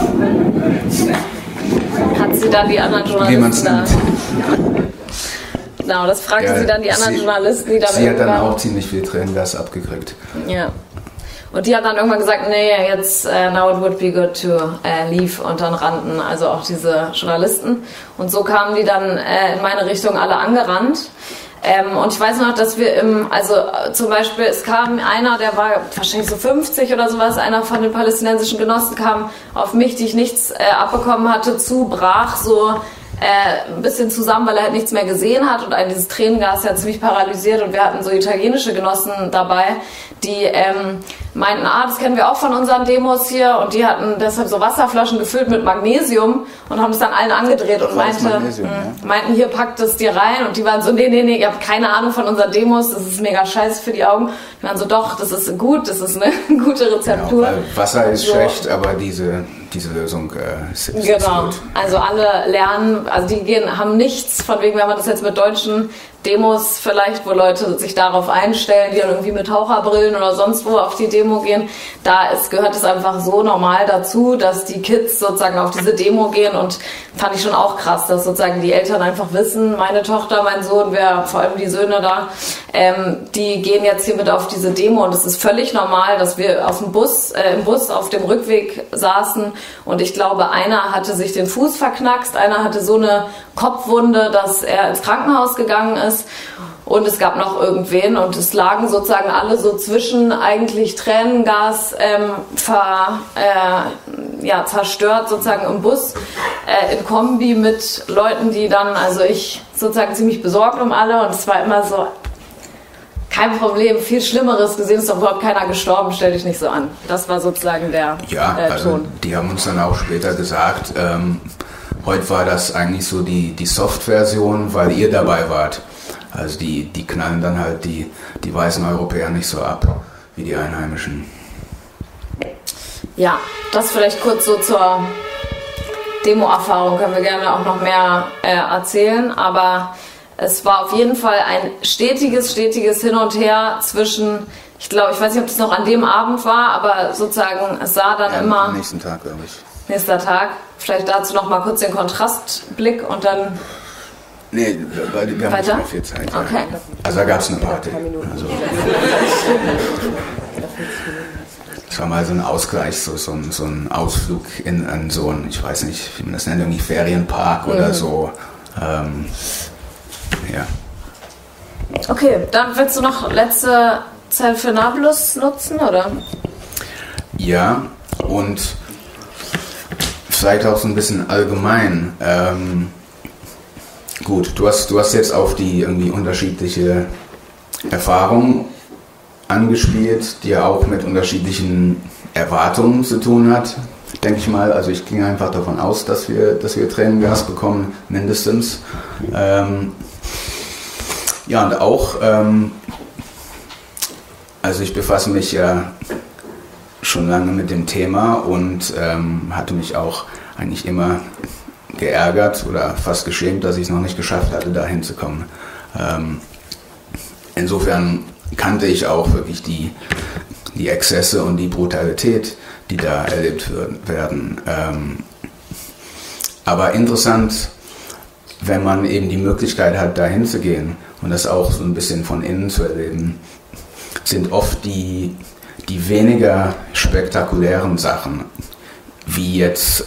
[SPEAKER 3] Hat sie dann die anderen Journalisten da? Genau, das fragte sie dann die anderen Journalisten, die da
[SPEAKER 2] Sie hat dann auch ziemlich viel Tränengas abgekriegt.
[SPEAKER 3] Ja. Und die hat dann irgendwann gesagt, nee, jetzt, now it would be good to leave. Und dann rannten also auch diese Journalisten. Und so kamen die dann in meine Richtung alle angerannt. Und ich weiß noch, dass wir also zum Beispiel, es kam einer, der war wahrscheinlich so 50 oder sowas, einer von den palästinensischen Genossen kam auf mich, die ich nichts abbekommen hatte, zu, brach so ein bisschen zusammen, weil er halt nichts mehr gesehen hat und dieses Tränengas ja ziemlich paralysiert und wir hatten so italienische Genossen dabei, die meinten, das kennen wir auch von unseren Demos hier und die hatten deshalb so Wasserflaschen gefüllt mit Magnesium und haben es dann allen angedreht und meinten, hier packt es dir rein und die waren so, nee, ihr habt keine Ahnung von unseren Demos, das ist mega scheiße für die Augen. Die waren so, doch, das ist gut, das ist eine gute Rezeptur.
[SPEAKER 2] Genau, weil Wasser ist so schlecht, aber diese Lösung ist gut.
[SPEAKER 3] Also alle lernen, also die haben nichts von wegen, wenn man das jetzt mit deutschen Demos vielleicht, wo Leute sich darauf einstellen, die dann irgendwie mit Taucherbrillen oder sonst wo auf die Demo gehen, gehört es einfach so normal dazu, dass die Kids sozusagen auf diese Demo gehen und fand ich schon auch krass, dass sozusagen die Eltern einfach wissen, meine Tochter, mein Sohn, vor allem die Söhne da, die gehen jetzt hier mit auf diese Demo und es ist völlig normal, dass wir im Bus auf dem Rückweg saßen und ich glaube, einer hatte sich den Fuß verknackst, einer hatte so eine Kopfwunde, dass er ins Krankenhaus gegangen ist. Und es gab noch irgendwen und es lagen sozusagen alle so zwischen eigentlich Tränengas zerstört sozusagen im Bus in Kombi mit Leuten, die dann, also ich sozusagen ziemlich besorgt um alle und es war immer so, kein Problem, viel Schlimmeres gesehen, ist doch überhaupt keiner gestorben, stell dich nicht so an. Das war sozusagen der Ton.
[SPEAKER 2] Die haben uns dann auch später gesagt, heute war das eigentlich so die Soft-Version, weil ihr dabei wart. Also die knallen dann halt die weißen Europäer nicht so ab wie die Einheimischen.
[SPEAKER 3] Ja, das vielleicht kurz so zur Demo-Erfahrung, können wir gerne auch noch mehr erzählen, aber es war auf jeden Fall ein stetiges Hin und Her zwischen, ich weiß nicht, ob das noch an dem Abend war, aber sozusagen es sah dann immer...
[SPEAKER 2] Am nächsten Tag, glaube ich.
[SPEAKER 3] Nächster Tag, vielleicht dazu noch mal kurz den Kontrastblick und dann...
[SPEAKER 2] Nee, wir haben nicht mehr viel Zeit. Ja.
[SPEAKER 3] Okay.
[SPEAKER 2] Also da gab es eine Party. Also, das war mal so ein Ausgleich, so ein Ausflug in so ein, ich weiß nicht, wie man das nennt, irgendwie Ferienpark oder so. Ja.
[SPEAKER 3] Okay, dann willst du noch letzte Zeit für Nablus nutzen, oder?
[SPEAKER 2] Ja, und vielleicht auch so ein bisschen allgemein. Gut, du hast jetzt auf die irgendwie unterschiedliche Erfahrungen angespielt, die ja auch mit unterschiedlichen Erwartungen zu tun hat, denke ich mal. Also ich ging einfach davon aus, dass wir Tränengas bekommen, mindestens. Ja, und auch, also ich befasse mich ja schon lange mit dem Thema und hatte mich auch eigentlich immer geärgert oder fast geschämt, dass ich es noch nicht geschafft hatte, da hinzukommen. Insofern kannte ich auch wirklich die Exzesse und die Brutalität, die da erlebt werden. Aber interessant, wenn man eben die Möglichkeit hat, da hinzugehen und das auch so ein bisschen von innen zu erleben, sind oft die weniger spektakulären Sachen, wie jetzt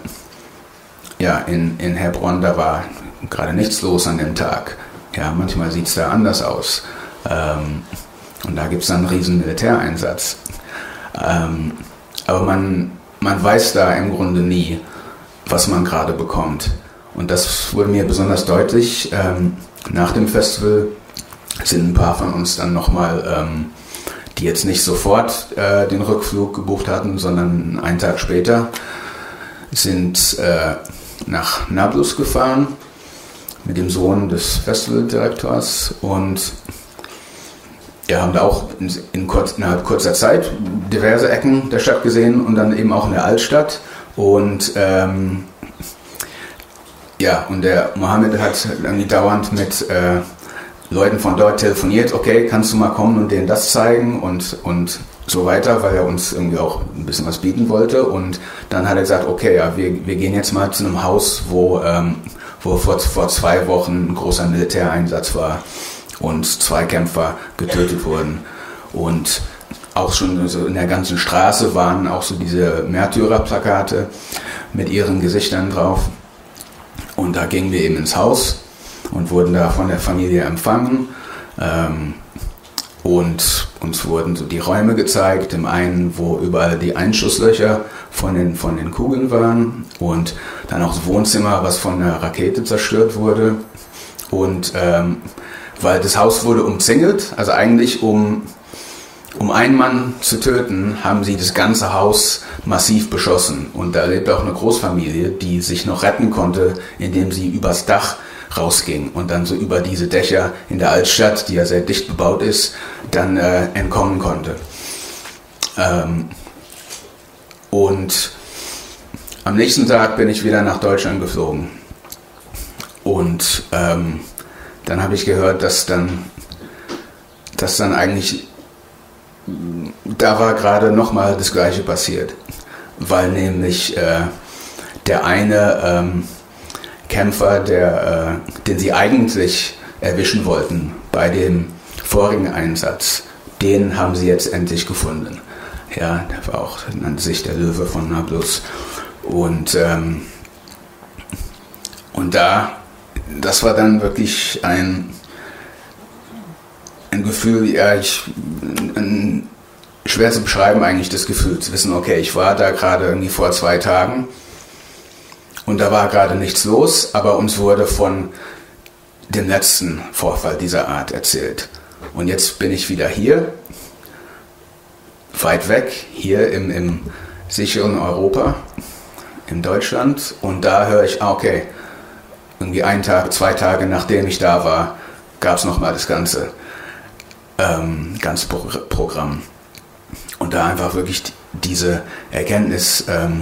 [SPEAKER 2] in Hebron, da war gerade nichts los an dem Tag. Ja, manchmal sieht es da anders aus. Und da gibt es dann einen riesen Militäreinsatz. Aber man weiß da im Grunde nie, was man gerade bekommt. Und das wurde mir besonders deutlich. Nach dem Festival sind ein paar von uns dann nochmal, die jetzt nicht sofort den Rückflug gebucht hatten, sondern einen Tag später, sind nach Nablus gefahren mit dem Sohn des Festivaldirektors und haben da auch innerhalb kurzer Zeit diverse Ecken der Stadt gesehen und dann eben auch in der Altstadt. Und und der Mohammed hat irgendwie dauernd mit Leuten von dort telefoniert, okay, kannst du mal kommen und denen das zeigen und so weiter, weil er uns irgendwie auch ein bisschen was bieten wollte. Und dann hat er gesagt, okay, ja, wir gehen jetzt mal zu einem Haus, wo vor 2 Wochen ein großer Militäreinsatz war und 2 Kämpfer getötet wurden. Und auch schon so in der ganzen Straße waren auch so diese Märtyrerplakate mit ihren Gesichtern drauf. Und da gingen wir eben ins Haus und wurden da von der Familie empfangen. Und uns wurden so die Räume gezeigt, im einen, wo überall die Einschusslöcher von den Kugeln waren und dann auch das Wohnzimmer, was von einer Rakete zerstört wurde. Und weil das Haus wurde umzingelt, also eigentlich um einen Mann zu töten, haben sie das ganze Haus massiv beschossen. Und da lebte auch eine Großfamilie, die sich noch retten konnte, indem sie übers Dach rausging und dann so über diese Dächer in der Altstadt, die ja sehr dicht bebaut ist, dann entkommen konnte. Und am nächsten Tag bin ich wieder nach Deutschland geflogen. Und dann habe ich gehört, dass dann eigentlich, da war gerade nochmal das Gleiche passiert, weil nämlich der eine Kämpfer, den sie eigentlich erwischen wollten bei dem vorigen Einsatz, den haben sie jetzt endlich gefunden. Ja, der war auch, nannte sich der Löwe von Nablus. Und das war dann wirklich ein Gefühl, schwer zu beschreiben eigentlich, das Gefühl zu wissen, okay, ich war da gerade irgendwie vor 2 Tagen und da war gerade nichts los, aber uns wurde von dem letzten Vorfall dieser Art erzählt. Und jetzt bin ich wieder hier, weit weg, hier im sicheren Europa, in Deutschland, und da höre ich, okay, irgendwie 1 Tag, 2 Tage nachdem ich da war, gab es nochmal das ganze Programm. Und da einfach wirklich diese Erkenntnis,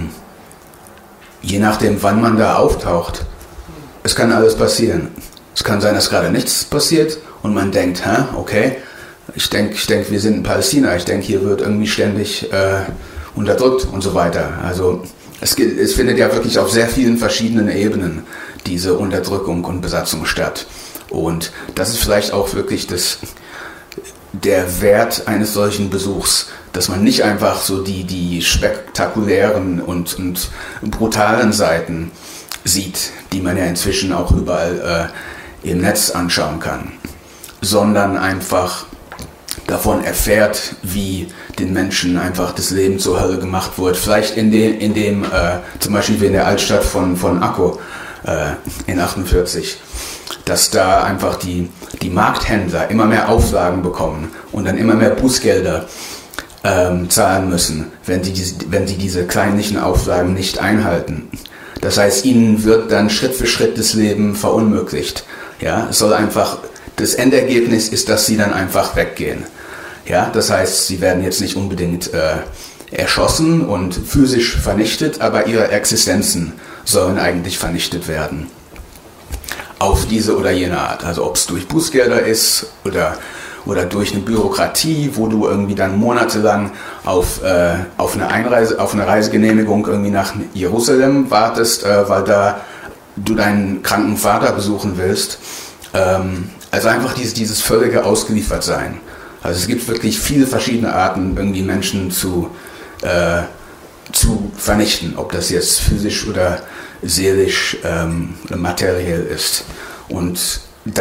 [SPEAKER 2] je nachdem, wann man da auftaucht, es kann alles passieren. Es kann sein, dass gerade nichts passiert und man denkt, okay, ich denke, wir sind in Palästina, ich denke, hier wird irgendwie ständig unterdrückt und so weiter. Also es findet ja wirklich auf sehr vielen verschiedenen Ebenen diese Unterdrückung und Besatzung statt. Und das ist vielleicht auch wirklich der Wert eines solchen Besuchs, dass man nicht einfach so die spektakulären und brutalen Seiten sieht, die man ja inzwischen auch überall im Netz anschauen kann, sondern einfach davon erfährt, wie den Menschen einfach das Leben zur Hölle gemacht wurde. Vielleicht in dem zum Beispiel wie in der Altstadt von Akko in 48, dass da einfach die Markthändler immer mehr Auflagen bekommen und dann immer mehr Bußgelder zahlen müssen, wenn sie diese kleinlichen Auflagen nicht einhalten. Das heißt, ihnen wird dann Schritt für Schritt das Leben verunmöglicht. Ja, es soll einfach, das Endergebnis ist, dass sie dann einfach weggehen. Ja, das heißt, sie werden jetzt nicht unbedingt erschossen und physisch vernichtet, aber ihre Existenzen sollen eigentlich vernichtet werden. Auf diese oder jene Art. Also ob es durch Bußgelder ist oder durch eine Bürokratie, wo du irgendwie dann monatelang auf eine Reisegenehmigung irgendwie nach Jerusalem wartest, weil da du deinen kranken Vater besuchen willst. Also einfach dieses völlige Ausgeliefertsein. Also es gibt wirklich viele verschiedene Arten, irgendwie Menschen zu vernichten, ob das jetzt physisch oder seelisch materiell ist. Und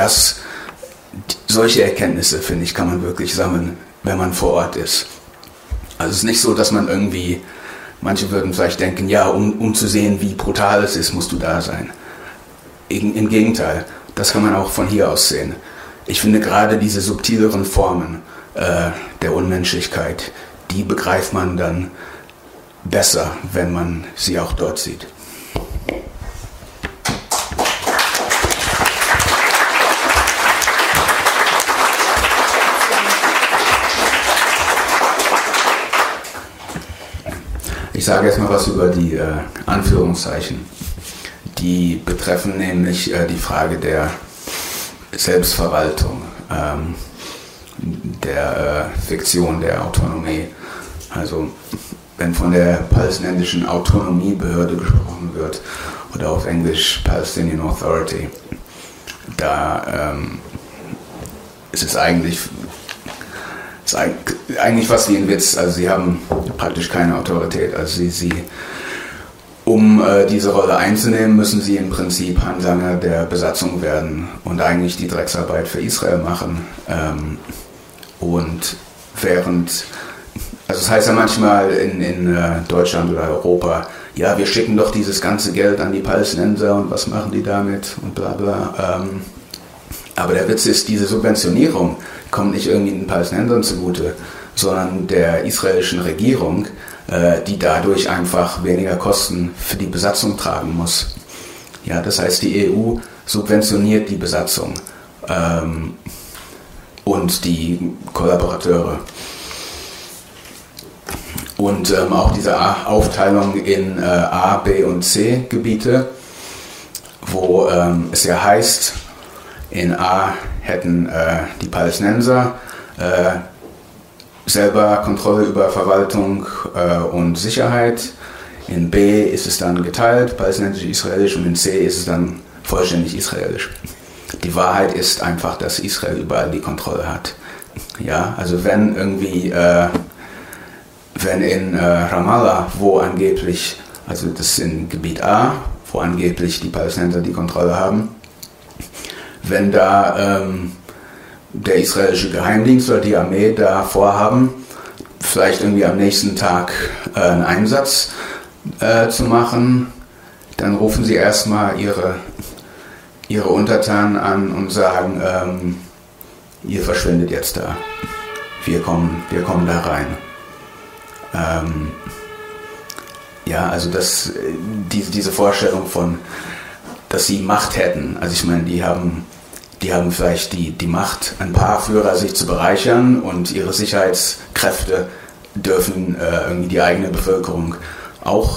[SPEAKER 2] solche Erkenntnisse, finde ich, kann man wirklich sammeln, wenn man vor Ort ist. Also es ist nicht so, dass man irgendwie, manche würden vielleicht denken, ja, um zu sehen, wie brutal es ist, musst du da sein. Im Gegenteil, das kann man auch von hier aus sehen. Ich finde gerade diese subtileren Formen der Unmenschlichkeit, die begreift man dann besser, wenn man sie auch dort sieht. Ich sage jetzt mal was über die Anführungszeichen. Die betreffen nämlich die Frage der Selbstverwaltung, der Fiktion der Autonomie. Also wenn von der palästinensischen Autonomiebehörde gesprochen wird, oder auf Englisch Palestinian Authority, da ist es eigentlich fast wie ein Witz. Also sie haben praktisch keine Autorität. Also um diese Rolle einzunehmen, müssen sie im Prinzip Handlanger der Besatzung werden und eigentlich die Drecksarbeit für Israel machen. Und also das heißt ja manchmal in Deutschland oder Europa, ja, wir schicken doch dieses ganze Geld an die Palästinenser und was machen die damit und bla bla. Aber der Witz ist, diese Subventionierung kommt nicht irgendwie den Palästinensern zugute, sondern der israelischen Regierung, die dadurch einfach weniger Kosten für die Besatzung tragen muss. Ja, das heißt, die EU subventioniert die Besatzung und die Kollaborateure. Und auch diese Aufteilung in A, B und C Gebiete, wo es ja heißt, in A hätten die Palästinenser selber Kontrolle über Verwaltung und Sicherheit. In B ist es dann geteilt, palästinensisch-israelisch, und in C ist es dann vollständig israelisch. Die Wahrheit ist einfach, dass Israel überall die Kontrolle hat. Ja, also wenn in Ramallah, wo angeblich, also das ist in Gebiet A, wo angeblich die Palästinenser die Kontrolle haben, wenn da der israelische Geheimdienst oder die Armee da vorhaben, vielleicht irgendwie am nächsten Tag einen Einsatz zu machen, dann rufen sie erstmal ihre Untertanen an und sagen, ihr verschwindet jetzt da, wir kommen da rein. Ja, also diese Vorstellung von, dass sie Macht hätten, also ich meine, die die haben vielleicht die Macht, ein paar Führer sich zu bereichern und ihre Sicherheitskräfte dürfen irgendwie die eigene Bevölkerung auch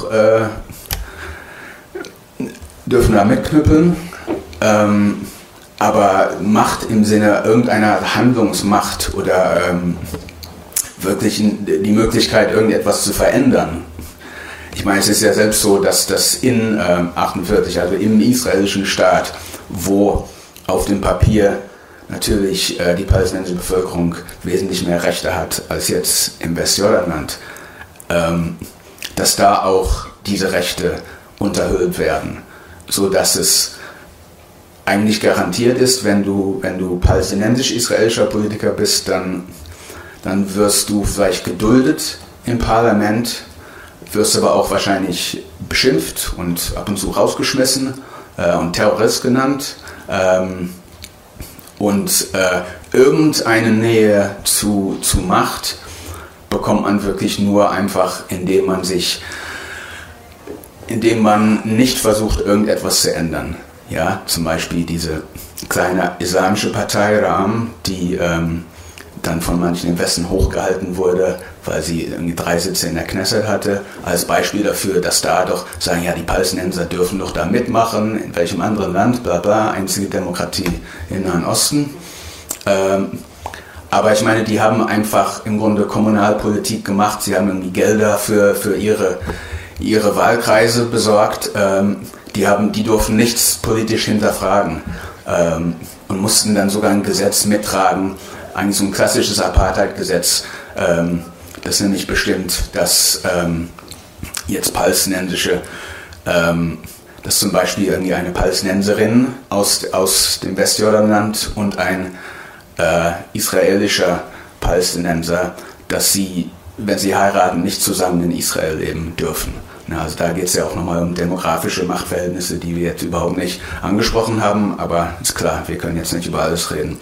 [SPEAKER 2] dürfen da mitknüppeln. Aber Macht im Sinne irgendeiner Handlungsmacht oder wirklich die Möglichkeit, irgendetwas zu verändern. Ich meine, es ist ja selbst so, dass das in 48, also im israelischen Staat, wo auf dem Papier natürlich die palästinensische Bevölkerung wesentlich mehr Rechte hat als jetzt im Westjordanland, dass da auch diese Rechte unterhöhlt werden, sodass es eigentlich garantiert ist, wenn du palästinensisch-israelischer Politiker bist, dann wirst du vielleicht geduldet im Parlament, wirst aber auch wahrscheinlich beschimpft und ab und zu rausgeschmissen und Terrorist genannt. Und irgendeine Nähe zu Macht bekommt man wirklich nur einfach, indem man nicht versucht, irgendetwas zu ändern. Ja, zum Beispiel diese kleine islamische Partei Ram, die dann von manchen im Westen hochgehalten wurde, weil sie irgendwie 3 Sitze in der Knesset hatte, als Beispiel dafür, dass da doch sagen, ja, die Palästinenser dürfen doch da mitmachen, in welchem anderen Land, bla bla, einzige Demokratie im Nahen Osten. Aber ich meine, die haben einfach im Grunde Kommunalpolitik gemacht, sie haben irgendwie Gelder für ihre Wahlkreise besorgt, die durften nichts politisch hinterfragen und mussten dann sogar ein Gesetz mittragen, eigentlich so ein klassisches Apartheid-Gesetz, das nämlich bestimmt, dass jetzt dass zum Beispiel irgendwie eine Palästinenserin aus dem Westjordanland und ein israelischer Palästinenser, dass sie, wenn sie heiraten, nicht zusammen in Israel leben dürfen. Na, also da geht es ja auch nochmal um demografische Machtverhältnisse, die wir jetzt überhaupt nicht angesprochen haben, aber ist klar, wir können jetzt nicht über alles reden.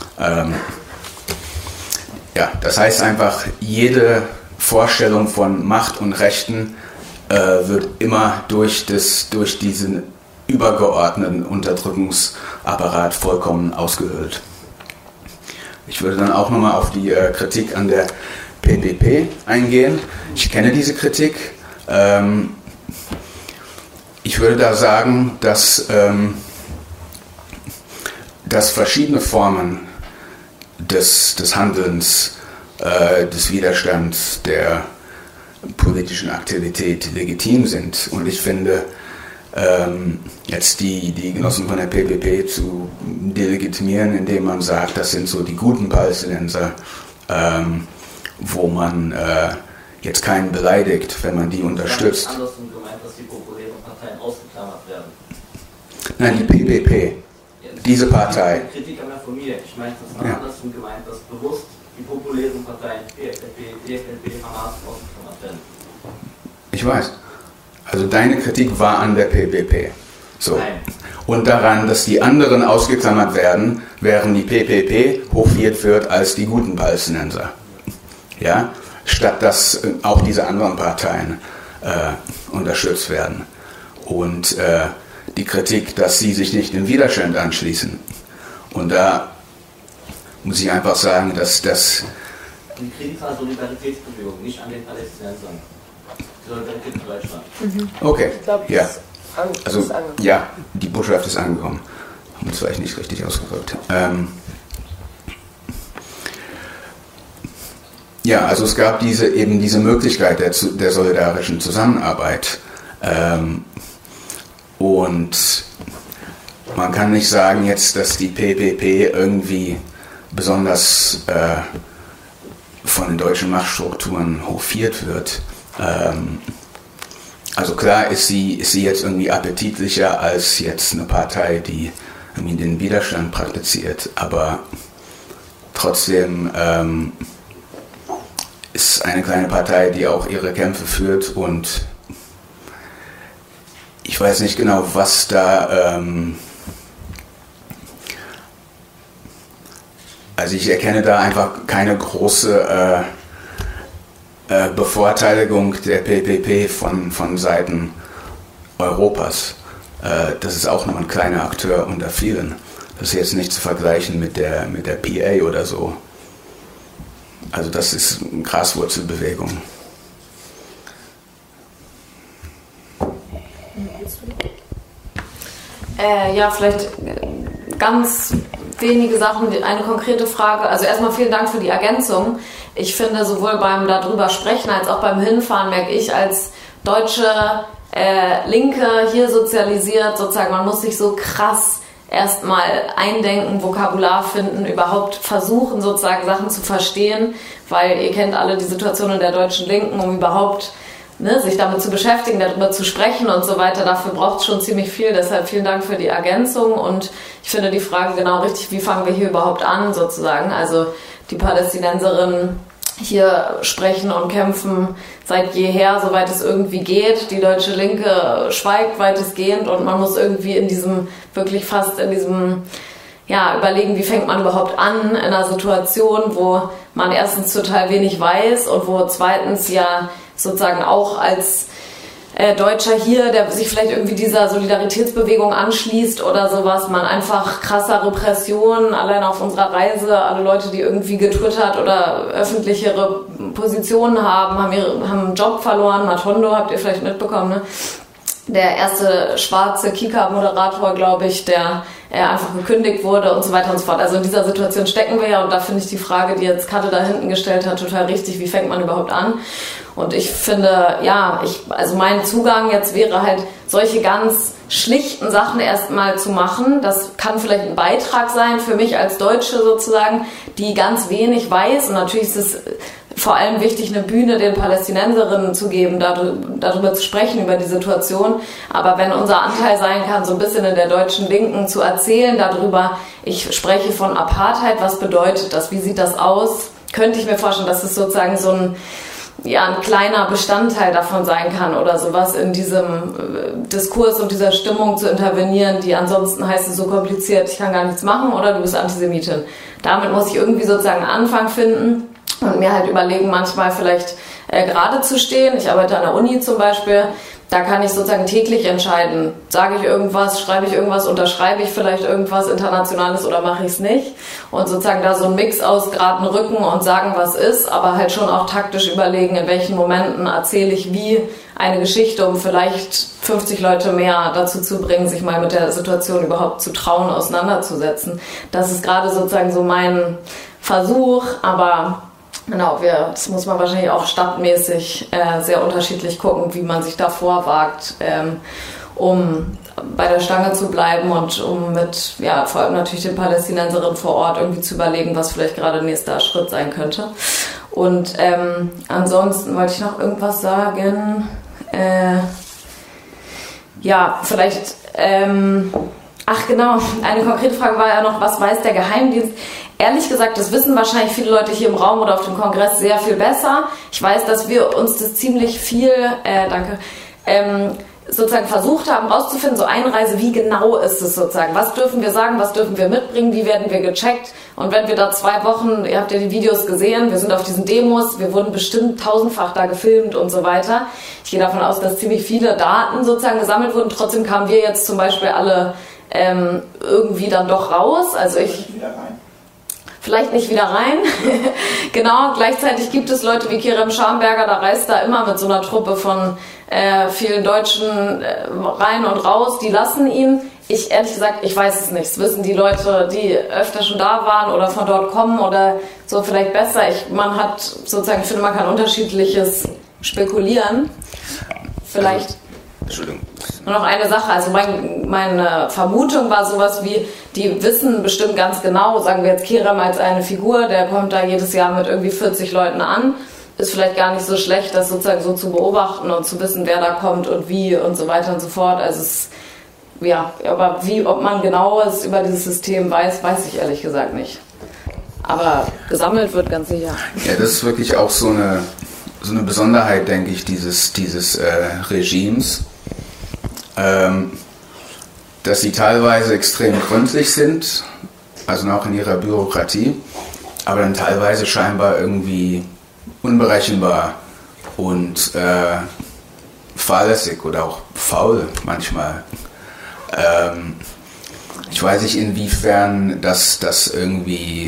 [SPEAKER 2] Ja, das heißt einfach, jede Vorstellung von Macht und Rechten wird immer durch diesen übergeordneten Unterdrückungsapparat vollkommen ausgehöhlt. Ich würde dann auch nochmal auf die Kritik an der PPP eingehen. Ich kenne diese Kritik. Ich würde da sagen, dass verschiedene Formen des Handelns, des Widerstands, der politischen Aktivität legitim sind. Und ich finde, jetzt die Genossen von der PPP zu delegitimieren, indem man sagt, das sind so die guten Palästinenser, wo man jetzt keinen beleidigt, wenn man die unterstützt.
[SPEAKER 5] Ich habe andersrum gemeint, dass die populären Parteien ausgeklammert werden.
[SPEAKER 2] Nein, die PPP. Diese Partei.
[SPEAKER 5] Kritik einmal von mir. Ich meine, das war andersrum gemeint, dass bewusst die populären Parteien PFLP, Hamas ausgeklammert werden.
[SPEAKER 2] Ich weiß. Also deine Kritik war an der PPP. So.
[SPEAKER 5] Nein.
[SPEAKER 2] Und daran, dass die anderen ausgeklammert werden, während die PPP hofiert wird als die guten Palästinenser. Ja? Statt dass auch diese anderen Parteien unterstützt werden. Und die Kritik, dass sie sich nicht dem Widerstand anschließen. Und da muss ich einfach sagen, dass das...
[SPEAKER 5] Die Kritik an der Solidaritätsbewegung, nicht an den Palästinensern. Die Solidarität in Deutschland.
[SPEAKER 2] Okay,
[SPEAKER 1] Ich glaube,
[SPEAKER 2] ja.
[SPEAKER 1] ist
[SPEAKER 2] Also,
[SPEAKER 1] angekommen.
[SPEAKER 2] ja, die Botschaft ist angekommen. Haben es vielleicht nicht richtig ausgedrückt. Ja, also es gab diese Möglichkeit der solidarischen Zusammenarbeit. Und man kann nicht sagen jetzt, dass die PPP irgendwie besonders von den deutschen Machtstrukturen hofiert wird. Also klar ist sie jetzt irgendwie appetitlicher als jetzt eine Partei, die irgendwie den Widerstand praktiziert, aber trotzdem ist eine kleine Partei, die auch ihre Kämpfe führt und ich weiß nicht genau, was da... Also ich erkenne da einfach keine große Bevorteiligung der PPP von Seiten Europas. Das ist auch nur ein kleiner Akteur unter vielen. Das ist jetzt nicht zu vergleichen mit der PA oder so. Also das ist eine Graswurzelbewegung.
[SPEAKER 3] Ja, vielleicht ganz wenige Sachen, eine konkrete Frage. Also erstmal vielen Dank für die Ergänzung. Ich finde, sowohl beim darüber sprechen als auch beim Hinfahren merke ich als deutsche Linke hier sozialisiert, sozusagen, man muss sich so krass erstmal eindenken, Vokabular finden, überhaupt versuchen, sozusagen Sachen zu verstehen, weil ihr kennt alle die Situation in der deutschen Linken, um überhaupt sich damit zu beschäftigen, darüber zu sprechen und so weiter. Dafür braucht es schon ziemlich viel. Deshalb vielen Dank für die Ergänzung. Und ich finde die Frage genau richtig, wie fangen wir hier überhaupt an, sozusagen. Also die Palästinenserinnen hier sprechen und kämpfen seit jeher, soweit es irgendwie geht. Die deutsche Linke schweigt weitestgehend und man muss irgendwie überlegen, wie fängt man überhaupt an in einer Situation, wo man erstens total wenig weiß und wo zweitens ja sozusagen auch als Deutscher hier, der sich vielleicht irgendwie dieser Solidaritätsbewegung anschließt oder sowas, man einfach krasser Repression, allein auf unserer Reise, alle Leute, die irgendwie getwittert oder öffentlichere Positionen haben einen Job verloren. Matondo habt ihr vielleicht mitbekommen, ne? Der erste schwarze Kika-Moderator, glaube ich, der einfach gekündigt wurde und so weiter und so fort. Also in dieser Situation stecken wir ja und da finde ich die Frage, die jetzt Katja da hinten gestellt hat, total richtig. Wie fängt man überhaupt an? Und ich finde, also mein Zugang jetzt wäre halt, solche ganz schlichten Sachen erstmal zu machen. Das kann vielleicht ein Beitrag sein für mich als Deutsche sozusagen, die ganz wenig weiß. Und natürlich ist es vor allem wichtig, eine Bühne den Palästinenserinnen zu geben, darüber zu sprechen, über die Situation. Aber wenn unser Anteil sein kann, so ein bisschen in der deutschen Linken zu erzählen darüber, ich spreche von Apartheid, was bedeutet das, wie sieht das aus, könnte ich mir vorstellen, dass es sozusagen so ein kleiner Bestandteil davon sein kann oder sowas in diesem Diskurs und dieser Stimmung zu intervenieren, die ansonsten heißt es so kompliziert, ich kann gar nichts machen oder du bist Antisemitin. Damit muss ich irgendwie sozusagen einen Anfang finden und mir halt überlegen, manchmal vielleicht gerade zu stehen. Ich arbeite an der Uni zum Beispiel, da kann ich sozusagen täglich entscheiden, sage ich irgendwas, schreibe ich irgendwas, unterschreibe ich vielleicht irgendwas Internationales oder mache ich es nicht. Und sozusagen da so ein Mix aus geraden Rücken und sagen, was ist, aber halt schon auch taktisch überlegen, in welchen Momenten erzähle ich wie eine Geschichte, um vielleicht 50 Leute mehr dazu zu bringen, sich mal mit der Situation überhaupt zu trauen, auseinanderzusetzen. Das ist gerade sozusagen so mein Versuch, aber genau, das muss man wahrscheinlich auch stadtmäßig sehr unterschiedlich gucken, wie man sich da vorwagt, um bei der Stange zu bleiben und um mit, vor allem natürlich den Palästinenserinnen vor Ort irgendwie zu überlegen, was vielleicht gerade nächster Schritt sein könnte. Und ansonsten wollte ich noch irgendwas sagen. Vielleicht, eine konkrete Frage war ja noch, was weiß der Geheimdienst? Ehrlich gesagt, das wissen wahrscheinlich viele Leute hier im Raum oder auf dem Kongress sehr viel besser. Ich weiß, dass wir uns das ziemlich viel, sozusagen versucht haben rauszufinden, so Einreise, wie genau ist es sozusagen, was dürfen wir sagen, was dürfen wir mitbringen, wie werden wir gecheckt und wenn wir da 2 Wochen, ihr habt ja die Videos gesehen, wir sind auf diesen Demos, wir wurden bestimmt 1000-fach da gefilmt und so weiter. Ich gehe davon aus, dass ziemlich viele Daten sozusagen gesammelt wurden, trotzdem kamen wir jetzt zum Beispiel alle irgendwie dann doch raus, also vielleicht nicht wieder rein. Genau, gleichzeitig gibt es Leute wie Kerem Schamberger, da reist da immer mit so einer Truppe von vielen Deutschen rein und raus, die lassen ihn. Ich ehrlich gesagt, ich weiß es nicht. Das wissen die Leute, die öfter schon da waren oder von dort kommen oder so vielleicht besser. Man hat sozusagen, ich finde, man kann unterschiedliches spekulieren. Vielleicht. Entschuldigung. Nur noch eine Sache, also meine Vermutung war sowas wie, die wissen bestimmt ganz genau, sagen wir jetzt Kerem als eine Figur, der kommt da jedes Jahr mit irgendwie 40 Leuten an, ist vielleicht gar nicht so schlecht, das sozusagen so zu beobachten und zu wissen, wer da kommt und wie und so weiter und so fort. Also aber ob man genaues über dieses System weiß ich ehrlich gesagt nicht. Aber gesammelt wird ganz sicher.
[SPEAKER 2] Ja, das ist wirklich auch so eine Besonderheit, denke ich, dieses Regimes. Dass sie teilweise extrem gründlich sind, also auch in ihrer Bürokratie, aber dann teilweise scheinbar irgendwie unberechenbar und fahrlässig oder auch faul manchmal. Ich weiß nicht, inwiefern das irgendwie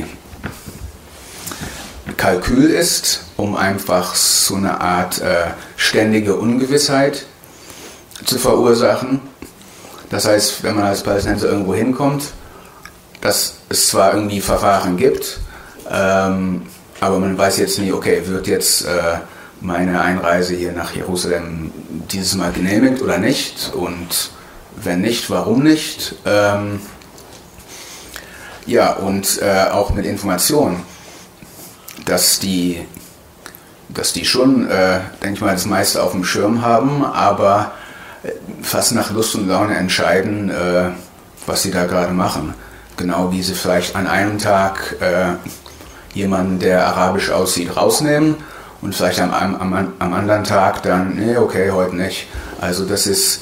[SPEAKER 2] Kalkül ist, um einfach so eine Art ständige Ungewissheit zu verursachen. Das heißt, wenn man als Palästinenser irgendwo hinkommt, dass es zwar irgendwie Verfahren gibt, aber man weiß jetzt nie, okay, wird jetzt meine Einreise hier nach Jerusalem dieses Mal genehmigt oder nicht? Und wenn nicht, warum nicht? Ja, und auch mit Informationen, dass die schon, denke ich mal, das meiste auf dem Schirm haben, aber fast nach Lust und Laune entscheiden, was sie da gerade machen. Genau wie sie vielleicht an einem Tag jemanden, der arabisch aussieht, rausnehmen und vielleicht am anderen Tag dann, nee, okay, heute nicht. Also das ist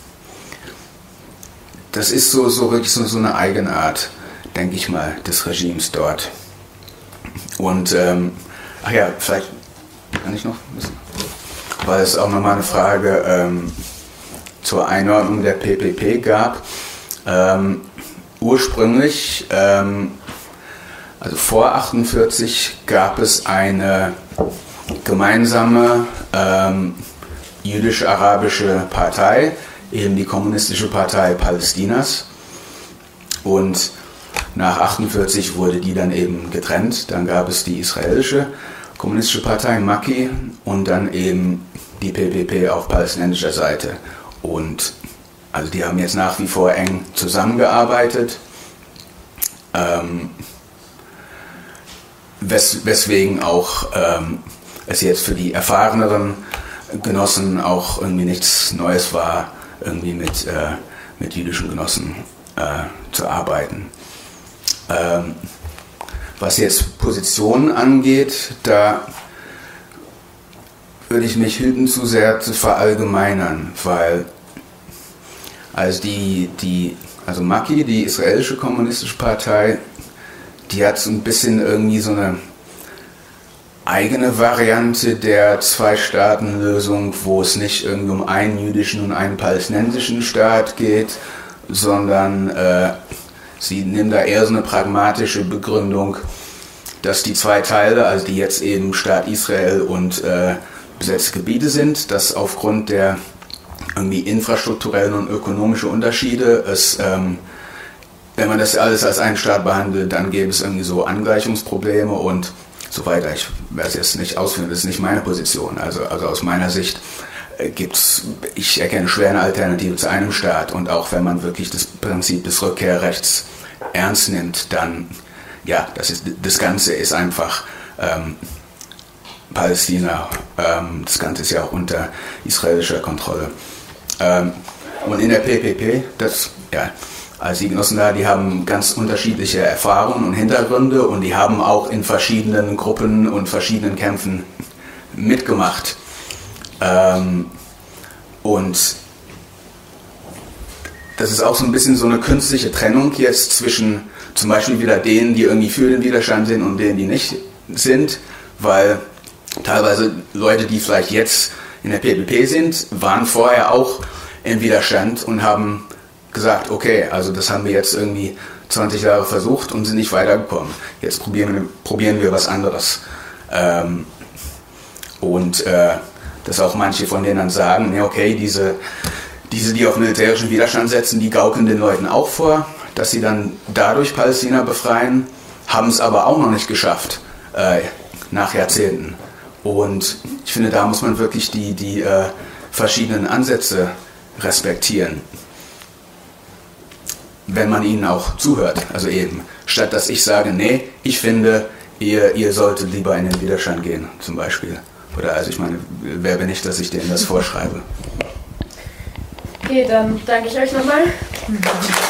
[SPEAKER 2] so wirklich so eine Eigenart, denke ich mal, des Regimes dort. Und, ach ja, vielleicht kann ich noch wissen, weil es auch nochmal eine Frage zur Einordnung der PPP gab. Ursprünglich, also vor 1948, gab es eine gemeinsame jüdisch-arabische Partei, eben die Kommunistische Partei Palästinas. Und nach 1948 wurde die dann eben getrennt. Dann gab es die israelische Kommunistische Partei, Maki, und dann eben die PPP auf palästinensischer Seite. Und also die haben jetzt nach wie vor eng zusammengearbeitet, weswegen auch es jetzt für die erfahreneren Genossen auch irgendwie nichts Neues war, irgendwie mit jüdischen Genossen zu arbeiten. Was jetzt Positionen angeht, da würde ich mich hüten, zu sehr zu verallgemeinern, weil also also Maki, die israelische kommunistische Partei, die hat so ein bisschen irgendwie so eine eigene Variante der Zwei-Staaten-Lösung, wo es nicht irgendwie um einen jüdischen und einen palästinensischen Staat geht, sondern sie nehmen da eher so eine pragmatische Begründung, dass die zwei Teile, also die jetzt eben Staat Israel und besetzte Gebiete sind, dass aufgrund der irgendwie infrastrukturellen und ökonomischen Unterschiede es, wenn man das alles als einen Staat behandelt, dann gäbe es irgendwie so Angleichungsprobleme und so weiter. Ich werde es jetzt nicht ausführen, das ist nicht meine Position. Also aus meiner Sicht ich erkenne schwer eine Alternative zu einem Staat, und auch wenn man wirklich das Prinzip des Rückkehrrechts ernst nimmt, dann, ja, das Ganze ist einfach Palästina, das Ganze ist ja auch unter israelischer Kontrolle. Und in der PPP, also die Genossen da, die haben ganz unterschiedliche Erfahrungen und Hintergründe, und die haben auch in verschiedenen Gruppen und verschiedenen Kämpfen mitgemacht. Und das ist auch so ein bisschen so eine künstliche Trennung jetzt zwischen zum Beispiel wieder denen, die irgendwie für den Widerstand sind, und denen, die nicht sind, weil teilweise Leute, die vielleicht jetzt in der PPP sind, waren vorher auch im Widerstand und haben gesagt, okay, also das haben wir jetzt irgendwie 20 Jahre versucht und sind nicht weitergekommen. Jetzt probieren wir was anderes. Dass auch manche von denen dann sagen, nee, okay, diese, die auf militärischen Widerstand setzen, die gaukeln den Leuten auch vor, dass sie dann dadurch Palästina befreien, haben es aber auch noch nicht geschafft, nach Jahrzehnten. Und ich finde, da muss man wirklich die verschiedenen Ansätze respektieren, wenn man ihnen auch zuhört. Also eben, statt dass ich sage, nee, ich finde, ihr solltet lieber in den Widerstand gehen, zum Beispiel. Oder also ich meine, wer bin ich, dass ich denen das vorschreibe?
[SPEAKER 1] Okay, dann danke ich euch nochmal.